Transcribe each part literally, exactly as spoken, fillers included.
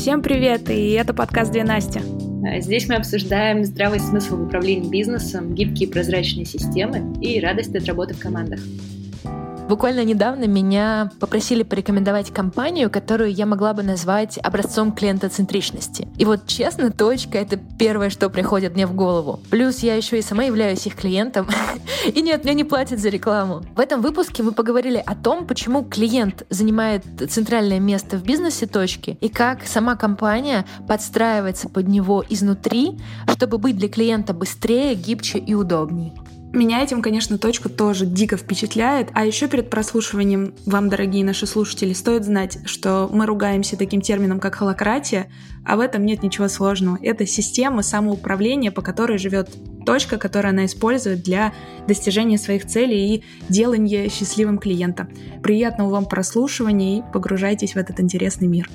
Всем привет, и это подкаст «Две Насти». Здесь мы обсуждаем здравый смысл в управлении бизнесом, гибкие прозрачные системы и радость от работы в командах. Буквально недавно меня попросили порекомендовать компанию, которую я могла бы назвать образцом клиентоцентричности. И вот честно, точка — это первое, что приходит мне в голову. Плюс я еще и сама являюсь их клиентом. И нет, мне не платят за рекламу. В этом выпуске мы поговорили о том, почему клиент занимает центральное место в бизнесе точки, и как сама компания подстраивается под него изнутри, чтобы быть для клиента быстрее, гибче и удобнее. Меня этим, конечно, точка тоже дико впечатляет. А еще перед прослушиванием вам, дорогие наши слушатели, стоит знать, что мы ругаемся таким термином, как холакратия, а в этом нет ничего сложного. Это система самоуправления, по которой живет точка, которую она использует для достижения своих целей и делания счастливым клиента. Приятного вам прослушивания и погружайтесь в этот интересный мир.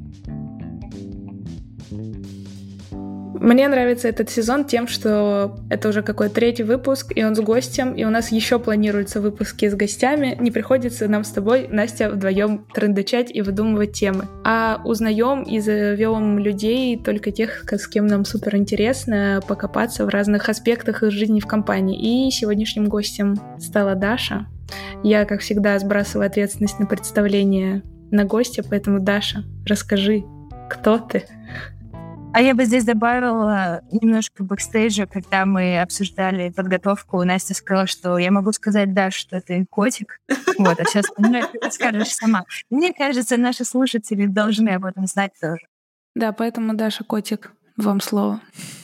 Мне нравится этот сезон тем, что это уже какой-то третий выпуск, и он с гостем, и у нас еще планируются выпуски с гостями. Не приходится нам с тобой, Настя, вдвоем трындачать и выдумывать темы. А узнаем и зовем людей, только тех, с кем нам супер интересно покопаться в разных аспектах их жизни в компании. И сегодняшним гостем стала Даша. Я, как всегда, сбрасываю ответственность на представление на гостя, поэтому, Даша, расскажи, кто ты? А я бы здесь добавила немножко бэкстейджа, когда мы обсуждали подготовку. Настя сказала, что я могу сказать, да, что ты котик. Вот, а сейчас ну, ты скажешь сама. Мне кажется, наши слушатели должны об этом знать тоже. Да, поэтому, Даша, котик, вам слово.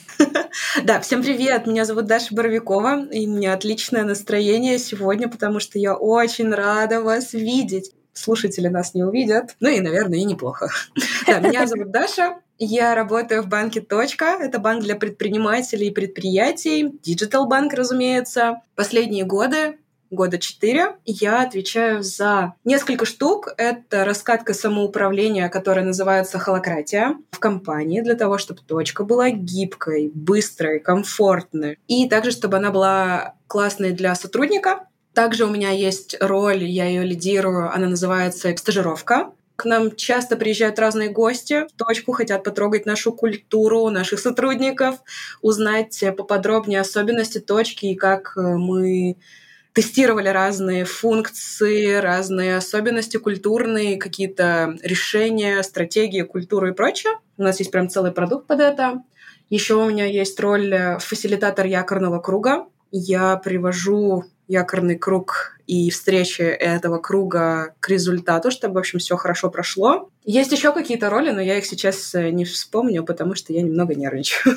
Да, всем привет, меня зовут Даша Боровикова, и у меня отличное настроение сегодня, потому что я очень рада вас видеть. Слушатели нас не увидят, ну и, наверное, и неплохо. Да, меня зовут Даша, я работаю в банке «Точка». Это банк для предпринимателей и предприятий, диджитал-банк, разумеется. Последние годы, года четыре, я отвечаю за несколько штук. Это раскатка самоуправления, которая называется холакратия в компании, для того, чтобы «Точка» была гибкой, быстрой, комфортной. И также, чтобы она была классной для сотрудника. Также у меня есть роль, я ее лидирую, она называется «Стажировка». К нам часто приезжают разные гости в «Точку», хотят потрогать нашу культуру, наших сотрудников, узнать поподробнее особенности «Точки» и как мы тестировали разные функции, разные особенности культурные, какие-то решения, стратегии, культуру и прочее. У нас есть прям целый продукт под это. Еще у меня есть роль фасилитатор якорного круга. Я привожу якорный круг и встречи этого круга к результату, чтобы, в общем, все хорошо прошло. Есть еще какие-то роли, но я их сейчас не вспомню, потому что я немного нервничаю.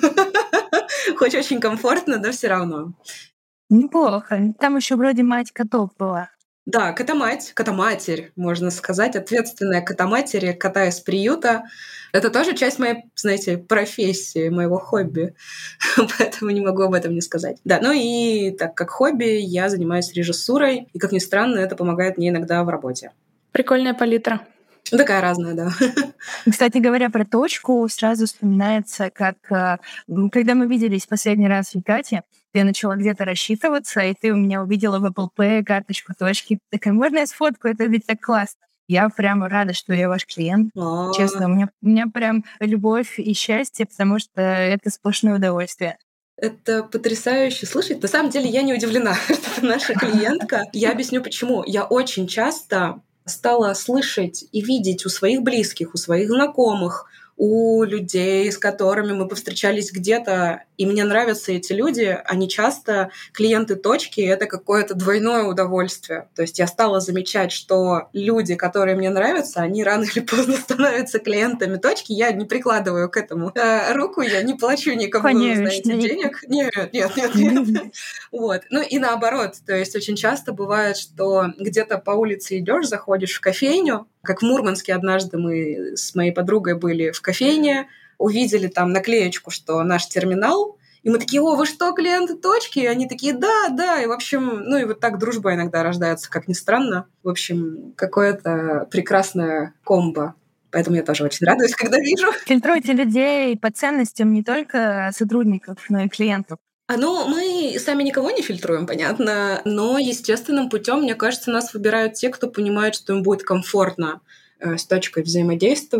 Хоть очень комфортно, но все равно. Неплохо. Там еще вроде мать котов была. Да, кота-мать, кота-матерь, можно сказать, ответственная кота-матери, кота из приюта. Это тоже часть моей, знаете, профессии, моего хобби, поэтому не могу об этом не сказать. Да, ну и так как хобби, я занимаюсь режиссурой, и, как ни странно, это помогает мне иногда в работе. Прикольная палитра. Такая разная, да. Кстати говоря, про «Точку» сразу вспоминается, как когда мы виделись последний раз в Екате, я начала где-то рассчитываться, и ты у меня увидела в Apple Pay карточку «Точки». Такая, можно я сфоткаю? Это ведь так классно. Я прямо рада, что я ваш клиент. А-а-а. Честно, у меня, у меня прям любовь и счастье, потому что это сплошное удовольствие. Это потрясающе слышать. На самом деле я не удивлена, что это наша клиентка. Я объясню, почему. Я очень часто стала слышать и видеть у своих близких, у своих знакомых, у людей, с которыми мы повстречались где-то, и мне нравятся эти люди, они часто клиенты «Точки», и это какое-то двойное удовольствие. То есть я стала замечать, что люди, которые мне нравятся, они рано или поздно становятся клиентами «Точки». Я не прикладываю к этому э, руку, я не плачу никому, Конечно. знаете, денег. Нет, нет, нет, нет. Вот. Ну и наоборот, то есть очень часто бывает, что где-то по улице идешь, заходишь в кофейню, как в Мурманске однажды мы с моей подругой были в кофейне, увидели там наклеечку, что наш терминал, и мы такие: о, вы что, клиенты «Точки?» И они такие: да, да, и в общем, ну и вот так дружба иногда рождается, как ни странно. В общем, какое-то прекрасное комбо. Поэтому я тоже очень радуюсь, когда вижу. Фильтруйте людей по ценностям не только сотрудников, но и клиентов. А ну, мы сами никого не фильтруем, понятно, но естественным путем, мне кажется, нас выбирают те, кто понимает, что им будет комфортно э, с «Точкой» взаимодействовать.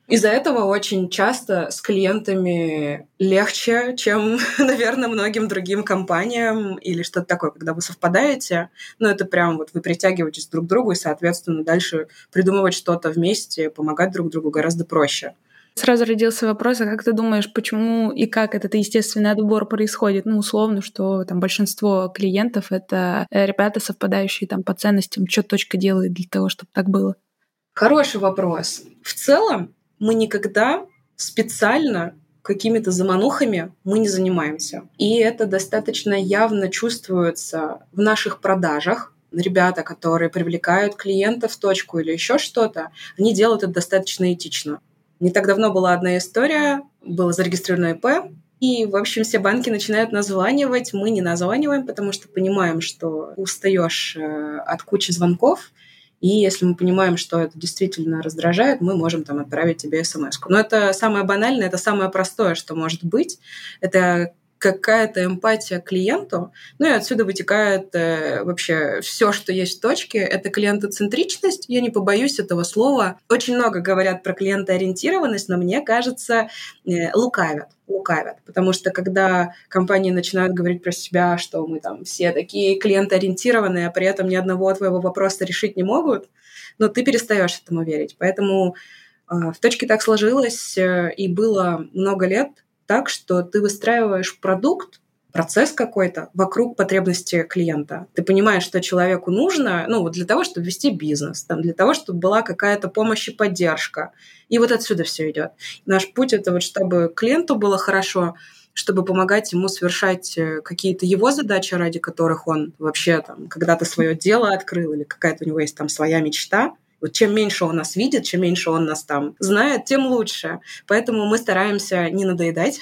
Из-за этого очень часто с клиентами легче, чем, наверное, многим другим компаниям или что-то такое, когда вы совпадаете. Ну, это прям вот вы притягиваетесь друг к другу, и, соответственно, дальше придумывать что-то вместе, помогать друг другу гораздо проще. Сразу родился вопрос, а как ты думаешь, почему и как этот естественный отбор происходит? Ну, условно, что там большинство клиентов — это ребята, совпадающие там по ценностям. Что точка делает для того, чтобы так было? Хороший вопрос. В целом мы никогда специально какими-то заманухами мы не занимаемся. И это достаточно явно чувствуется в наших продажах. Ребята, которые привлекают клиентов в точку или еще что-то, они делают это достаточно этично. Не так давно была одна история, было зарегистрировано ИП, и, в общем, все банки начинают названивать. Мы не названиваем, потому что понимаем, что устаешь от кучи звонков, и если мы понимаем, что это действительно раздражает, мы можем там отправить тебе смс-ку. Но это самое банальное, это самое простое, что может быть. Это какая-то эмпатия к клиенту. Ну и отсюда вытекает э, вообще все, что есть в точке. Это клиентоцентричность. Я не побоюсь этого слова. Очень много говорят про клиентоориентированность, но мне кажется, э, лукавят. лукавят. Потому что когда компании начинают говорить про себя, что мы там все такие клиентоориентированные, а при этом ни одного твоего вопроса решить не могут, но ты перестаешь этому верить. Поэтому э, в точке так сложилось, э, и было много лет так, что ты выстраиваешь продукт, процесс какой-то вокруг потребности клиента. Ты понимаешь, что человеку нужно, ну, вот для того, чтобы вести бизнес, там, для того, чтобы была какая-то помощь и поддержка. И вот отсюда все идет. Наш путь — это вот чтобы клиенту было хорошо, чтобы помогать ему совершать какие-то его задачи, ради которых он вообще там когда-то свое дело открыл, или какая-то у него есть там своя мечта. Вот чем меньше он нас видит, чем меньше он нас там знает, тем лучше. Поэтому мы стараемся не надоедать.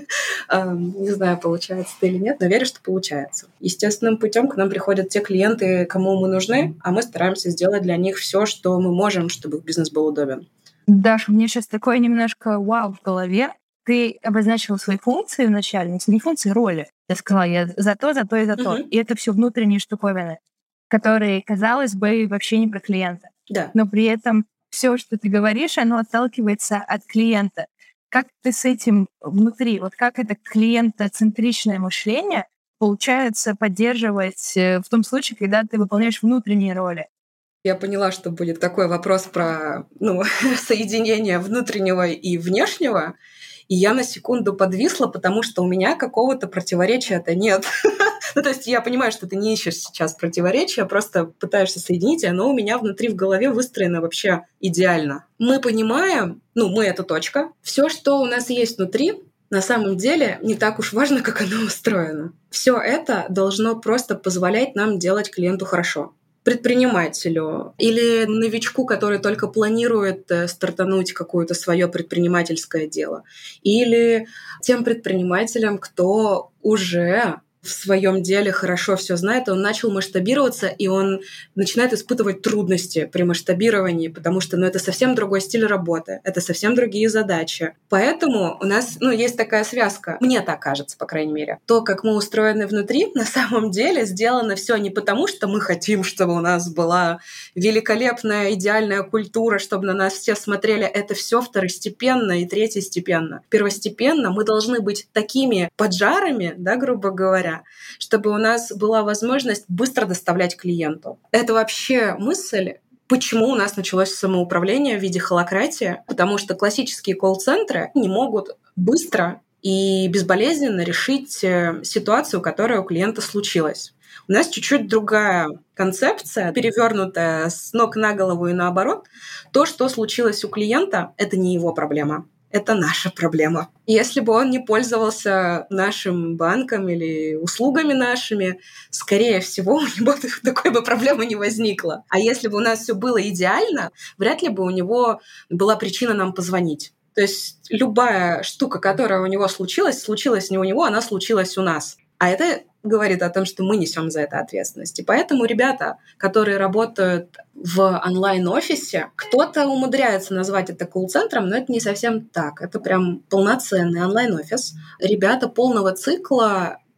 Не знаю, получается это или нет, но верю, что получается. Естественным путем к нам приходят те клиенты, кому мы нужны, а мы стараемся сделать для них все, что мы можем, чтобы их бизнес был удобен. Даша, мне сейчас такое немножко вау в голове. Ты обозначила свои функции вначале, не функции, роли. Я сказала, я за то, за то и за то. И это все внутренние штуковины, которые, казалось бы, вообще не про клиента. Да. Но при этом все, что ты говоришь, оно отталкивается от клиента. Как ты с этим внутри, вот как это клиентоцентричное мышление получается поддерживать в том случае, когда ты выполняешь внутренние роли? Я поняла, что будет такой вопрос про ну, соединение внутреннего и внешнего, и я на секунду подвисла, потому что у меня какого-то противоречия-то нет. Ну, то есть я понимаю, что ты не ищешь сейчас противоречия, просто пытаешься соединить, и оно у меня внутри в голове выстроено вообще идеально. Мы понимаем, ну, мы — это точка, все, что у нас есть внутри, на самом деле не так уж важно, как оно устроено. Все это должно просто позволять нам делать клиенту хорошо. Предпринимателю или новичку, который только планирует стартануть какое-то свое предпринимательское дело, или тем предпринимателям, кто уже в своем деле хорошо все знает, он начал масштабироваться, и он начинает испытывать трудности при масштабировании, потому что ну, это совсем другой стиль работы, это совсем другие задачи. Поэтому у нас ну, есть такая связка, мне так кажется, по крайней мере. То, как мы устроены внутри, на самом деле сделано все не потому, что мы хотим, чтобы у нас была великолепная, идеальная культура, чтобы на нас все смотрели. Это все второстепенно и третьестепенно. Первостепенно мы должны быть такими поджарами, да, грубо говоря, чтобы у нас была возможность быстро доставлять клиенту. Это вообще мысль, почему у нас началось самоуправление в виде холакратии, потому что классические колл-центры не могут быстро и безболезненно решить ситуацию, которая у клиента случилась. У нас чуть-чуть другая концепция, перевернутая с ног на голову и наоборот. То, что случилось у клиента, это не его проблема. Это наша проблема. Если бы он не пользовался нашим банком или услугами нашими, скорее всего, у него такой бы проблемы не возникло. А если бы у нас все было идеально, вряд ли бы у него была причина нам позвонить. То есть любая штука, которая у него случилась, случилась не у него, она случилась у нас. А это говорит о том, что мы несем за это ответственность. И поэтому ребята, которые работают в онлайн-офисе, кто-то умудряется назвать это колл-центром, но это не совсем так. Это прям полноценный онлайн-офис. Ребята полного цикла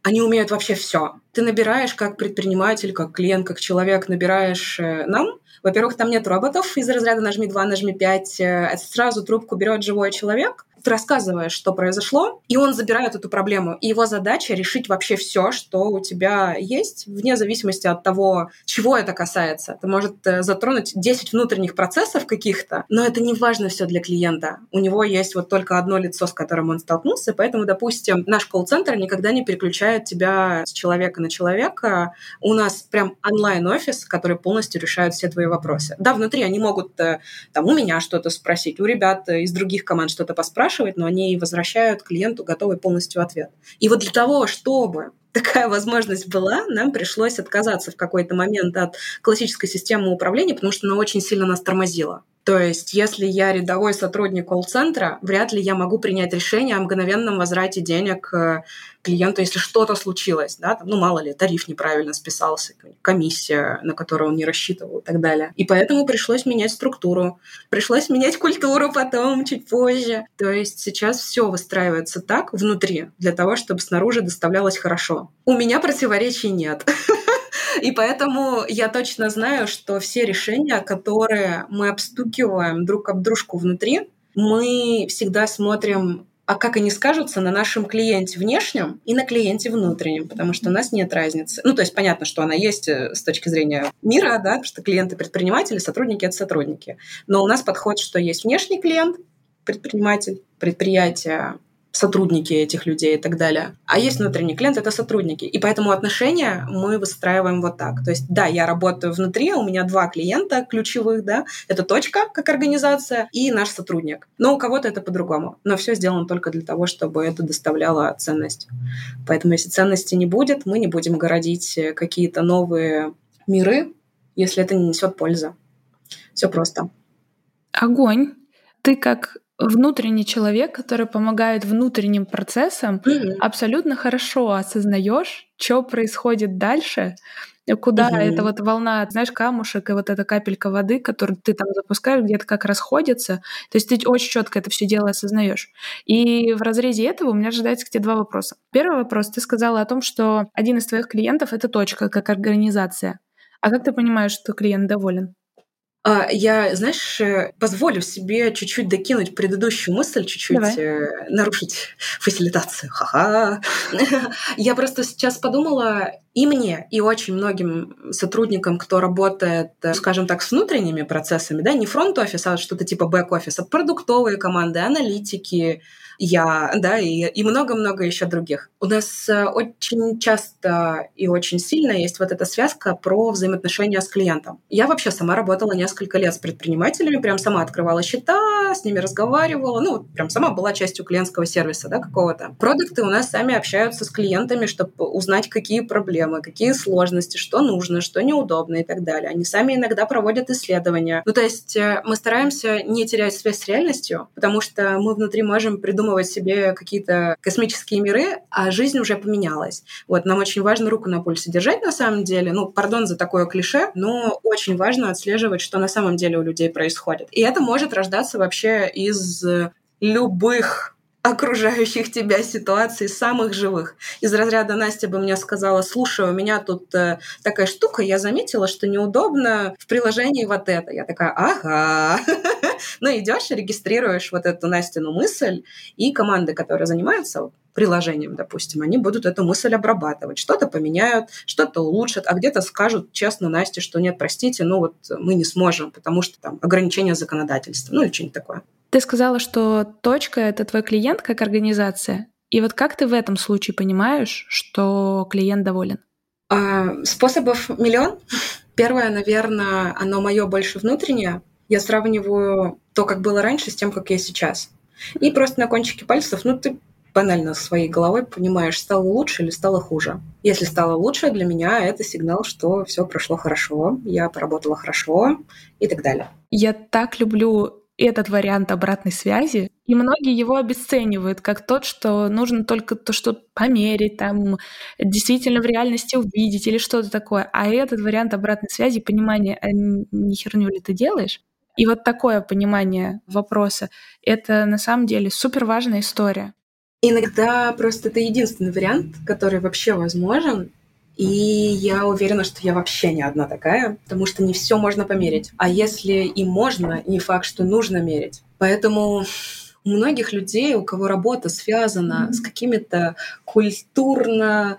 они умеют вообще все. Ты набираешь как предприниматель, как клиент, как человек, набираешь нам. Во-первых, там нет роботов из разряда «нажми два, нажми пять». Сразу трубку берет живой человек. Ты рассказываешь, что произошло, и он забирает эту проблему. И его задача — решить вообще все, что у тебя есть, вне зависимости от того, чего это касается. Это может затронуть десять внутренних процессов каких-то, но это не важно все для клиента. У него есть вот только одно лицо, с которым он столкнулся, поэтому, допустим, наш колл-центр никогда не переключает тебя с человека на человека. У нас прям онлайн-офис, который полностью решает все твои вопросы. Да, внутри они могут там у меня что-то спросить, у ребят из других команд что-то поспрашивать, но они возвращают клиенту готовый полностью ответ. И вот для того, чтобы такая возможность была, нам пришлось отказаться в какой-то момент от классической системы управления, потому что она очень сильно нас тормозила. То есть, если я рядовой сотрудник колл-центра, вряд ли я могу принять решение о мгновенном возврате денег клиенту, если что-то случилось. Да? Ну, мало ли, тариф неправильно списался, комиссия, на которую он не рассчитывал и так далее. И поэтому пришлось менять структуру, пришлось менять культуру потом, чуть позже. То есть сейчас все выстраивается так внутри, для того, чтобы снаружи доставлялось хорошо. У меня противоречий нет. И поэтому я точно знаю, что все решения, которые мы обстукиваем друг об дружку внутри, мы всегда смотрим, а как они скажутся на нашем клиенте внешнем и на клиенте внутреннем, потому что у нас нет разницы. Ну, то есть понятно, что она есть с точки зрения мира, да, потому что клиенты предприниматели, сотрудники — это сотрудники. Но у нас подход, что есть внешний клиент, предприниматель, предприятие, сотрудники этих людей и так далее. А есть внутренний клиент — это сотрудники. И поэтому отношения мы выстраиваем вот так. То есть, да, я работаю внутри, у меня два клиента ключевых, да, это точка как организация и наш сотрудник. Но у кого-то это по-другому. Но все сделано только для того, чтобы это доставляло ценность. Поэтому если ценности не будет, мы не будем городить какие-то новые миры, если это не несет пользы. Все просто. Огонь. Ты как внутренний человек, который помогает внутренним процессам, mm-hmm. абсолютно хорошо осознаешь, что происходит дальше, куда mm-hmm. эта вот волна, знаешь, камушек и вот эта капелька воды, которую ты там запускаешь, где-то как расходится. То есть ты очень четко это все дело осознаешь. И в разрезе этого у меня ожидается к тебе два вопроса. Первый вопрос. Ты сказала о том, что один из твоих клиентов — это точка как организация. А как ты понимаешь, что клиент доволен? Я, знаешь, позволю себе чуть-чуть докинуть предыдущую мысль, чуть-чуть Давай. нарушить фасилитацию. Ха-ха. Я просто сейчас подумала, и мне, и очень многим сотрудникам, кто работает, скажем так, с внутренними процессами, да, не фронт-офис, а что-то типа бэк-офиса, продуктовые команды, аналитики, я, да, и, и много-много еще других. У нас очень часто и очень сильно есть вот эта связка про взаимоотношения с клиентом. Я вообще сама работала несколько лет с предпринимателями, прям сама открывала счета, с ними разговаривала, ну, прям сама была частью клиентского сервиса, да, какого-то. Продукты у нас сами общаются с клиентами, чтобы узнать, какие проблемы, какие сложности, что нужно, что неудобно и так далее. Они сами иногда проводят исследования. Ну, то есть мы стараемся не терять связь с реальностью, потому что мы внутри можем придумать себе какие-то космические миры, а жизнь уже поменялась. Вот, нам очень важно руку на пульсе держать на самом деле. Ну, пардон за такое клише, но очень важно отслеживать, что на самом деле у людей происходит. И это может рождаться вообще из любых окружающих тебя ситуаций, самых живых. Из разряда Настя бы мне сказала: слушай, у меня тут э, такая штука, я заметила, что неудобно в приложении вот это. Я такая: ага. Ну, идешь и регистрируешь вот эту Настину мысль, и команды, которые занимаются приложением, допустим, они будут эту мысль обрабатывать. Что-то поменяют, что-то улучшат, а где-то скажут честно Насте, что нет, простите, ну вот мы не сможем, потому что там ограничения законодательства, ну или что-нибудь такое. Ты сказала, что точка — это твой клиент как организация. И вот как ты в этом случае понимаешь, что клиент доволен? А, способов миллион. Первое, наверное, оно мое больше внутреннее. Я сравниваю то, как было раньше, с тем, как я сейчас. И просто на кончике пальцев, ну, ты банально своей головой понимаешь, стало лучше или стало хуже. Если стало лучше, для меня это сигнал, что все прошло хорошо, я поработала хорошо и так далее. Я так люблю этот вариант обратной связи, и многие его обесценивают как тот, что нужно только то, что померить, там, действительно в реальности увидеть или что-то такое. А этот вариант обратной связи, понимание, а не херню ли ты делаешь? И вот такое понимание вопроса — это на самом деле супер важная история. Иногда просто это единственный вариант, который вообще возможен. И я уверена, что я вообще не одна такая, потому что не все можно померить. А если и можно, не факт, что нужно мерить. Поэтому у многих людей, у кого работа связана с какими-то культурно,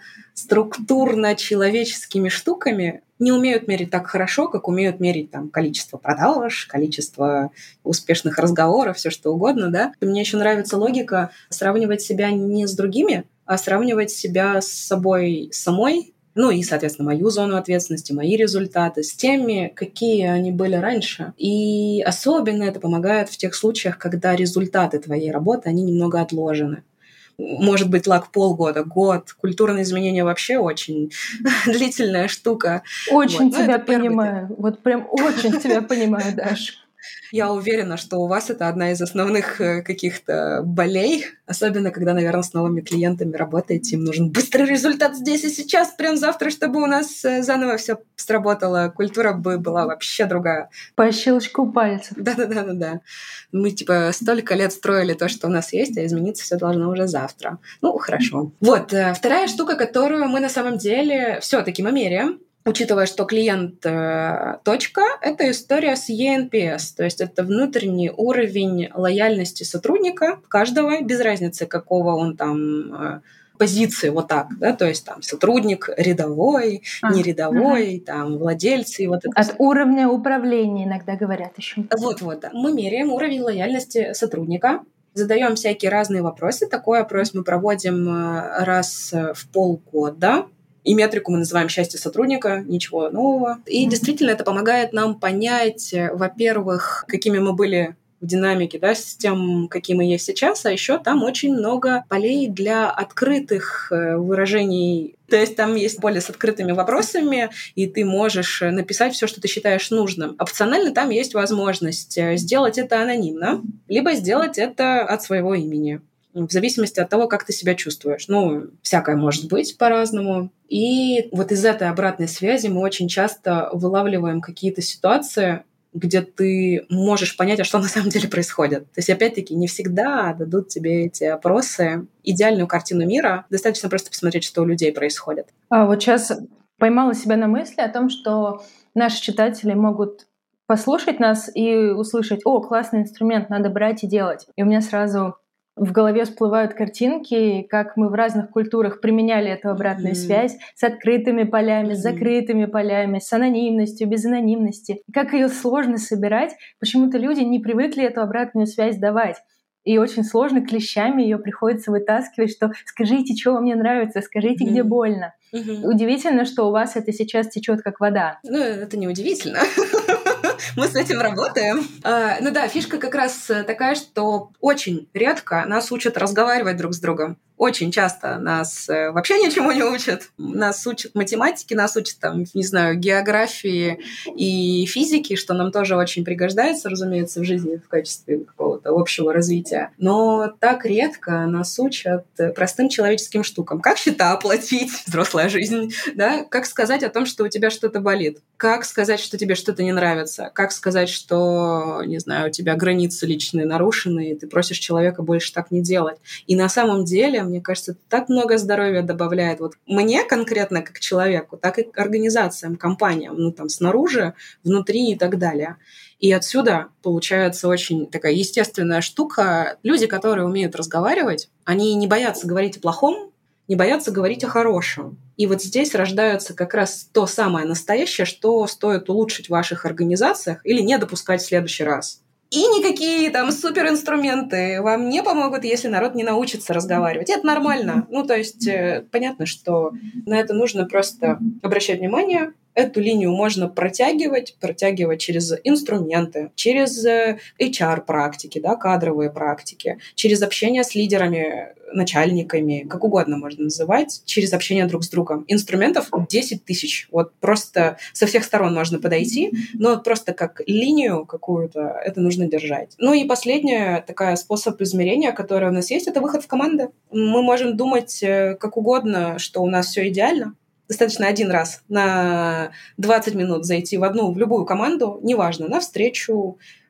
структурно-человеческими штуками, не умеют мерить так хорошо, как умеют мерить там количество продаж, количество успешных разговоров, все что угодно, да. И мне еще нравится логика сравнивать себя не с другими, а сравнивать себя с собой самой, ну и, соответственно, мою зону ответственности, мои результаты с теми, какие они были раньше. И особенно это помогает в тех случаях, когда результаты твоей работы, они немного отложены. Может быть, лак полгода, год. Культурные изменения вообще очень длительная штука. Очень вот. тебя понимаю. Вот прям очень тебя понимаю, Даша. Я уверена, что у вас это одна из основных каких-то болей, особенно когда, наверное, с новыми клиентами работаете, им нужен быстрый результат здесь и сейчас, прям завтра, чтобы у нас заново все сработало. Культура бы была вообще другая. По щелчку пальцев. Да-да-да-да. Мы, типа, столько лет строили то, что у нас есть, а измениться все должно уже завтра. Ну, хорошо. Вот, вторая штука, которую мы на самом деле все-таки мы меряем, учитывая, что клиент э, точка, это история с и эн пи эс, то есть это внутренний уровень лояльности сотрудника каждого, без разницы, какого он там э, позиции, вот так, да, то есть там сотрудник рядовой, а, не рядовой, угу. там владельцы. Вот это От все. Уровня управления иногда говорят еще. Вот-вот, да. Мы меряем уровень лояльности сотрудника, задаем всякие разные вопросы. Такой опрос мы проводим раз в полгода. И метрику мы называем «счастье сотрудника», ничего нового. И mm-hmm. действительно это помогает нам понять, во-первых, какими мы были в динамике, да, с тем, какие мы есть сейчас, а еще там очень много полей для открытых выражений. То есть там есть поле с открытыми вопросами, и ты можешь написать все, что ты считаешь нужным. Опционально там есть возможность сделать это анонимно, либо сделать это от своего имени. В зависимости от того, как ты себя чувствуешь. Ну, всякое может быть по-разному. И вот из этой обратной связи мы очень часто вылавливаем какие-то ситуации, где ты можешь понять, а что на самом деле происходит. То есть, опять-таки, не всегда дадут тебе эти опросы идеальную картину мира. Достаточно просто посмотреть, что у людей происходит. А вот сейчас поймала себя на мысли о том, что наши читатели могут послушать нас и услышать: «О, классный инструмент, надо брать и делать». И у меня сразу в голове всплывают картинки, как мы в разных культурах применяли эту обратную mm-hmm. связь с открытыми полями, mm-hmm. с закрытыми полями, с анонимностью, без анонимности. Как ее сложно собирать. Почему-то люди не привыкли эту обратную связь давать. И очень сложно клещами ее приходится вытаскивать, что «скажите, что вам не нравится, скажите, mm-hmm. где больно». Mm-hmm. Удивительно, что у вас это сейчас течет как вода. Ну, это не удивительно. Мы с этим работаем. А, ну да, фишка как раз такая, что очень редко нас учат разговаривать друг с другом. Очень часто нас вообще ничему не учат. Нас учат математике, нас учат, там, не знаю, географии и физике, что нам тоже очень пригождается, разумеется, в жизни в качестве какого-то общего развития. Но так редко нас учат простым человеческим штукам. Как счета оплатить, взрослая жизнь, да? Как сказать о том, что у тебя что-то болит? Как сказать, что тебе что-то не нравится? Как сказать, что, не знаю, у тебя границы личные нарушены, и ты просишь человека больше так не делать? И на самом деле, мне кажется, это так много здоровья добавляет вот мне конкретно как человеку, так и организациям, компаниям, ну там снаружи, внутри и так далее. И отсюда получается очень такая естественная штука. Люди, которые умеют разговаривать, они не боятся говорить о плохом, не боятся говорить о хорошем. И вот здесь рождается как раз то самое настоящее, что стоит улучшить в ваших организациях или не допускать в следующий раз. И никакие там суперинструменты вам не помогут, если народ не научится разговаривать. И это нормально. Ну, то есть э, понятно, что на это нужно просто обращать внимание. Эту линию можно протягивать, протягивать через инструменты, через эйч ар-практики, да, кадровые практики, через общение с лидерами, начальниками, как угодно можно называть, через общение друг с другом. Инструментов десять тысяч. Вот просто со всех сторон можно подойти, но просто как линию какую-то это нужно держать. Ну и последний такой способ измерения, который у нас есть, это выход в команды. Мы можем думать как угодно, что у нас все идеально. Достаточно один раз на двадцать минут зайти в одну, в любую команду, неважно, на встречу,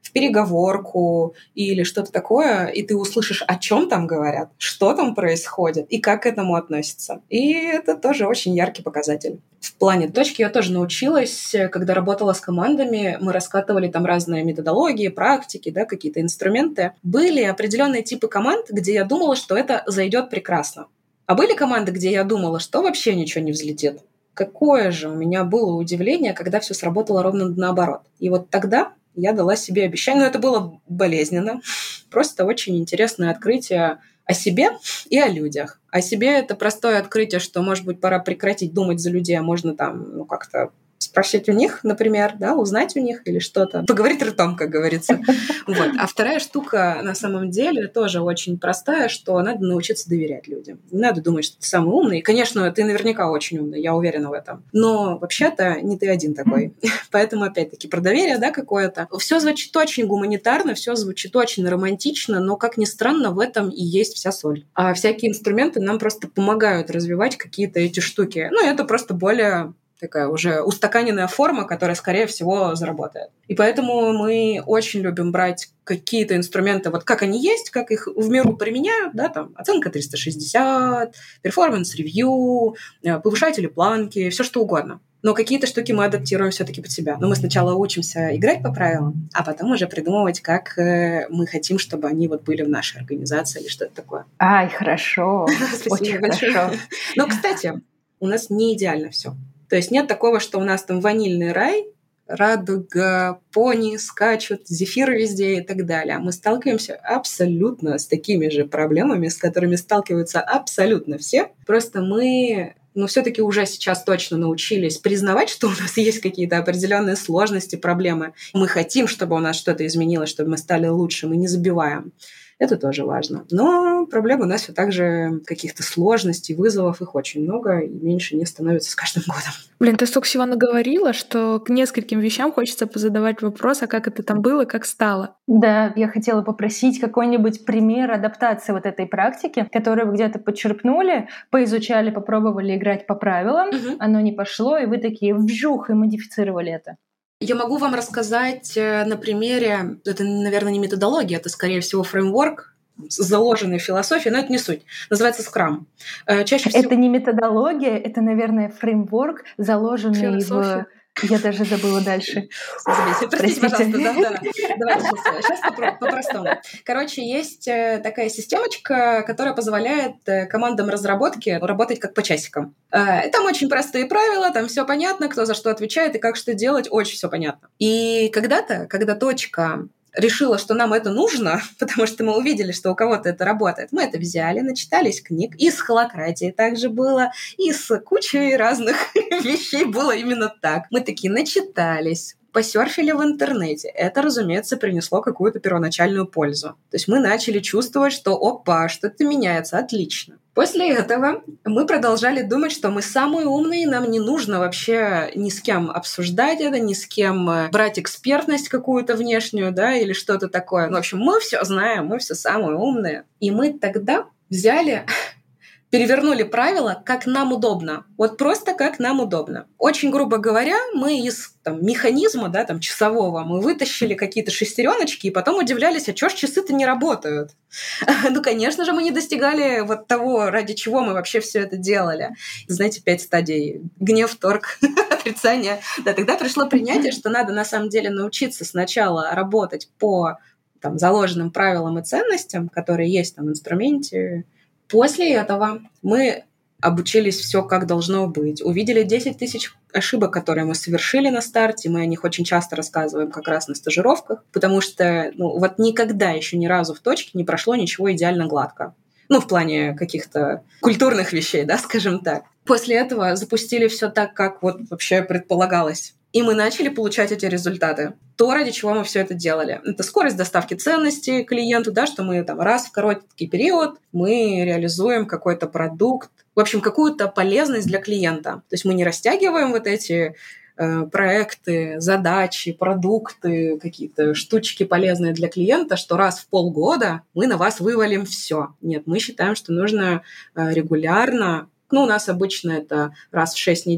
в переговорку или что-то такое, и ты услышишь, о чем там говорят, что там происходит и как к этому относятся. И это тоже очень яркий показатель. В плане точки я тоже научилась, когда работала с командами, мы раскатывали там разные методологии, практики, да, какие-то инструменты. Были определенные типы команд, где я думала, что это зайдет прекрасно. А были команды, где я думала, что вообще ничего не взлетит. Какое же у меня было удивление, когда все сработало ровно наоборот. И вот тогда я дала себе обещание, но это было болезненно, просто очень интересное открытие о себе и о людях. О себе это простое открытие, что, может быть, пора прекратить думать за людей, а можно там, ну, как-то спросить у них, например, да, узнать у них или что-то. Поговорить ртом, как говорится. Вот. А вторая штука, на самом деле, тоже очень простая, что надо научиться доверять людям. Не надо думать, что ты самый умный. И, конечно, ты наверняка очень умный, я уверена в этом. Но вообще-то не ты один такой. Поэтому, опять-таки, про доверие, да, какое-то. Все звучит очень гуманитарно, все звучит очень романтично, но, как ни странно, в этом и есть вся соль. А всякие инструменты нам просто помогают развивать какие-то эти штуки. Ну, это просто более такая уже устаканенная форма, которая, скорее всего, заработает. И поэтому мы очень любим брать какие-то инструменты, вот как они есть, как их в миру применяют, да, там, оценка триста шестьдесят, перформанс-ревью, повышатели планки, все что угодно. Но какие-то штуки мы адаптируем все-таки под себя. Но мы сначала учимся играть по правилам, а потом уже придумывать, как мы хотим, чтобы они вот были в нашей организации или что-то такое. Ай, хорошо. Очень хорошо. Но, кстати, у нас не идеально все. То есть нет такого, что у нас там ванильный рай, радуга, пони скачут, зефиры везде и так далее. Мы сталкиваемся абсолютно с такими же проблемами, с которыми сталкиваются абсолютно все. Просто мы, ну, все-таки уже сейчас точно научились признавать, что у нас есть какие-то определенные сложности, проблемы. Мы хотим, чтобы у нас что-то изменилось, чтобы мы стали лучше, мы не забиваем. Это тоже важно. Но проблем у нас все так же каких-то сложностей, вызовов, их очень много, и меньше не становится с каждым годом. Блин, ты столько всего наговорила, что к нескольким вещам хочется позадавать вопрос, а как это там было, как стало. Да, я хотела попросить какой-нибудь пример адаптации вот этой практики, которую вы где-то подчерпнули, поизучали, попробовали играть по правилам, угу. Оно не пошло, и вы такие вжух и модифицировали это. Я могу вам рассказать на примере, это, наверное, не методология, это, скорее всего, фреймворк, заложенный в философии, но это не суть. Называется Scrum. Чаще всего... Это не методология, это, наверное, фреймворк, заложенный Философия. в... Я даже забыла дальше. Простите, Простите, пожалуйста, да, да. Давайте сейчас, сейчас по-простому. Короче, есть такая системочка, которая позволяет командам разработки работать как по часикам. Там очень простые правила, там все понятно, кто за что отвечает и как что делать, очень все понятно. И когда-то, когда точка решила, что нам это нужно, потому что мы увидели, что у кого-то это работает. Мы это взяли, начитались книг. И с холакратией также было, и с кучей разных вещей было именно так. Мы такие начитались, посерфили в интернете. Это, разумеется, принесло какую-то первоначальную пользу. То есть мы начали чувствовать, что опа, что-то меняется, отлично. После этого мы продолжали думать, что мы самые умные, нам не нужно вообще ни с кем обсуждать это, ни с кем брать экспертность какую-то внешнюю, да, или что-то такое. Ну, в общем, мы все знаем, мы все самые умные. И мы тогда взяли... перевернули правила, как нам удобно. Вот просто как нам удобно. Очень грубо говоря, мы из там, механизма, да, там, часового, мы вытащили какие-то шестереночки и потом удивлялись, а чё ж часы-то не работают? Ну, конечно же, мы не достигали вот того, ради чего мы вообще все это делали. Знаете, пять стадий. Гнев, торг, отрицание. Да, тогда пришло принятие, что надо на самом деле научиться сначала работать по там, заложенным правилам и ценностям, которые есть там, в инструменте. После этого мы обучились все, как должно быть. Увидели десять тысяч ошибок, которые мы совершили на старте. Мы о них очень часто рассказываем как раз на стажировках, потому что ну, вот никогда еще ни разу в точке не прошло ничего идеально гладко. Ну, в плане каких-то культурных вещей, да, скажем так. После этого запустили все так, как вот вообще предполагалось. И мы начали получать эти результаты. То, ради чего мы все это делали. Это скорость доставки ценностей клиенту, да, что мы там раз в короткий период мы реализуем какой-то продукт, в общем, какую-то полезность для клиента. То есть мы не растягиваем вот эти э, проекты, задачи, продукты, какие-то штучки полезные для клиента, что раз в полгода мы на вас вывалим все. Нет, мы считаем, что нужно э, регулярно. Ну, у нас обычно это раз в шесть недель,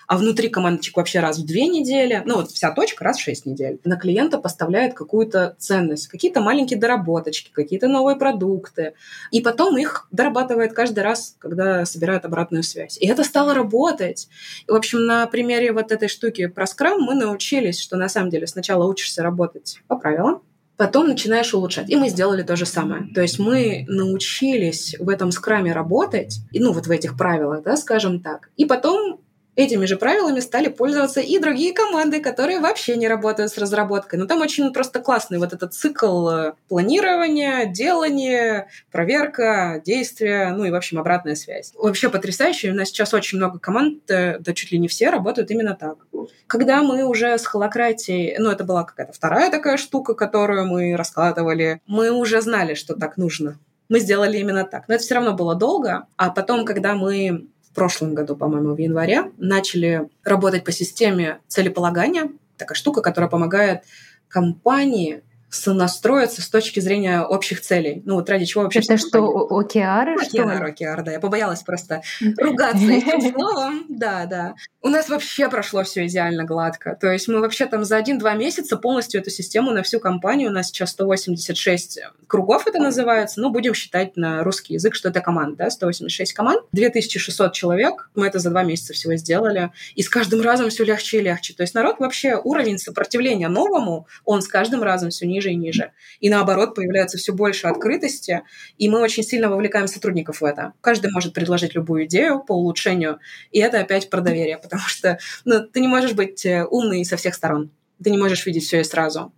а внутри командочек вообще раз в две недели, ну вот вся точка раз в шесть недель. На клиента поставляет какую-то ценность, какие-то маленькие доработочки, какие-то новые продукты, и потом их дорабатывает каждый раз, когда собирает обратную связь. И это стало работать. И, в общем, на примере вот этой штуки про скрам мы научились, что на самом деле сначала учишься работать по правилам, потом начинаешь улучшать. И мы сделали то же самое. То есть мы научились в этом скраме работать, и, ну вот в этих правилах, да, скажем так, и потом этими же правилами стали пользоваться и другие команды, которые вообще не работают с разработкой. Но там очень просто классный вот этот цикл планирования, делания, проверка, действия, ну и, в общем, обратная связь. Вообще потрясающе. У нас сейчас очень много команд, да чуть ли не все, работают именно так. Когда мы уже с холократией, ну это была какая-то вторая такая штука, которую мы раскладывали, мы уже знали, что так нужно. Мы сделали именно так. Но это все равно было долго. А потом, когда мы в прошлом году, по-моему, в январе, начали работать по системе целеполагания. Такая штука, которая помогает компании сонастроиться с точки зрения общих целей. Ну, вот ради чего вообще... Это что, океары, что ли? Океар, океар, да. Я побоялась просто ругаться этим словом. Да, да. У нас вообще прошло все идеально гладко. То есть мы вообще там за один-два месяца полностью эту систему на всю компанию, у нас сейчас сто восемьдесят шесть кругов это называется, ну, будем считать на русский язык, что это команда, да, сто восемьдесят шесть команд, две тысячи шестьсот человек, мы это за два месяца всего сделали, и с каждым разом все легче и легче. То есть народ вообще, уровень сопротивления новому, он с каждым разом все ниже и ниже. И наоборот, появляется все больше открытости, и мы очень сильно вовлекаем сотрудников в это. Каждый может предложить любую идею по улучшению, и это опять про доверие, потому что ну, ты не можешь быть умный со всех сторон. Ты не можешь видеть все и сразу.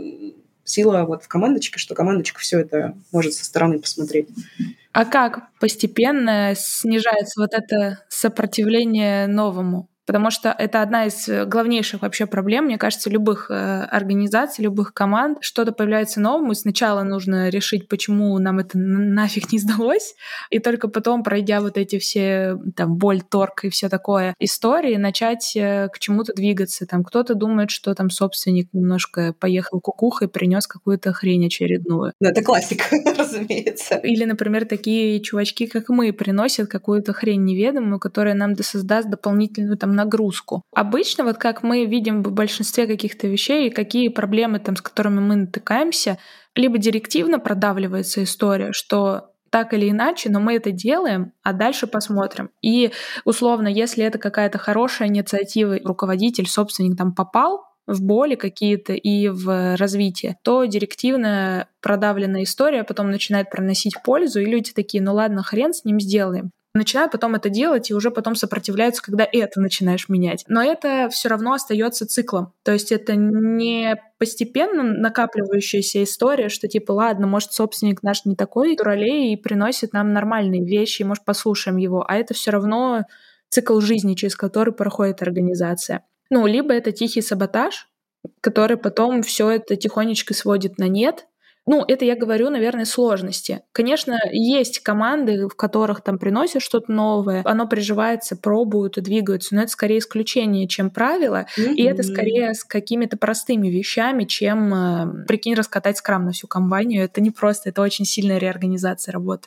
Сила вот в командочке, что командочка все это может со стороны посмотреть. А как постепенно снижается вот это сопротивление новому? Потому что это одна из главнейших вообще проблем, мне кажется, любых организаций, любых команд. Что-то появляется новому, и сначала нужно решить, почему нам это нафиг не сдалось, и только потом, пройдя вот эти все там боль, торг и все такое истории, начать к чему-то двигаться. Там кто-то думает, что там собственник немножко поехал кукухой, принес какую-то хрень очередную. Ну, это классика, разумеется. Или, например, такие чувачки, как мы, приносят какую-то хрень неведомую, которая нам создаст дополнительную там нагрузку. Обычно, вот как мы видим в большинстве каких-то вещей, какие проблемы там, с которыми мы натыкаемся, либо директивно продавливается история, что так или иначе, но мы это делаем, а дальше посмотрим. И условно, если это какая-то хорошая инициатива, руководитель, собственник там попал в боли какие-то и в развитие, то директивная продавленная история потом начинает приносить пользу, и люди такие, ну ладно, хрен с ним сделаем. Начинают потом это делать, и уже потом сопротивляются, когда это начинаешь менять. Но это все равно остается циклом. То есть это не постепенно накапливающаяся история, что типа, ладно, может, собственник наш не такой дуралей и приносит нам нормальные вещи, может, послушаем его. А это все равно цикл жизни, через который проходит организация. Ну, либо это тихий саботаж, который потом все это тихонечко сводит на нет. Ну, это я говорю, наверное, сложности. Конечно, есть команды, в которых там приносят что-то новое, оно приживается, пробуют и двигаются, но это скорее исключение, чем правило, mm-hmm. и это скорее с какими-то простыми вещами, чем, прикинь, раскатать скрам на всю компанию. Это не просто, это очень сильная реорганизация работы.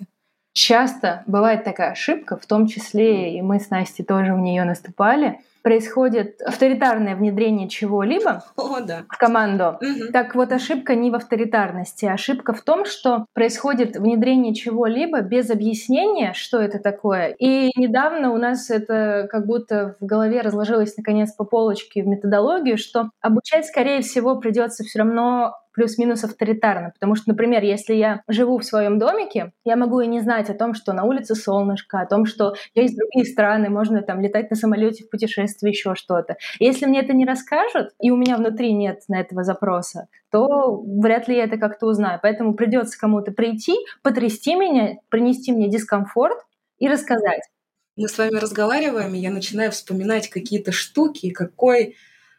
Часто бывает такая ошибка, в том числе и мы с Настей тоже в нее наступали. Происходит авторитарное внедрение чего-либо О, да. в команду. Угу. Так вот, ошибка не в авторитарности. Ошибка в том, что происходит внедрение чего-либо без объяснения, что это такое. И недавно у нас это как будто в голове разложилось наконец по полочке в методологию, что обучать, скорее всего, придется все равно плюс-минус авторитарно. Потому что, например, если я живу в своем домике, я могу и не знать о том, что на улице солнышко, о том, что есть другие страны, можно там летать на самолете в путешествие, еще что-то. И если мне это не расскажут, и у меня внутри нет на этого запроса, то вряд ли я это как-то узнаю. Поэтому придется кому-то прийти, потрясти меня, принести мне дискомфорт и рассказать. Мы с вами разговариваем, и я начинаю вспоминать какие-то штуки, какой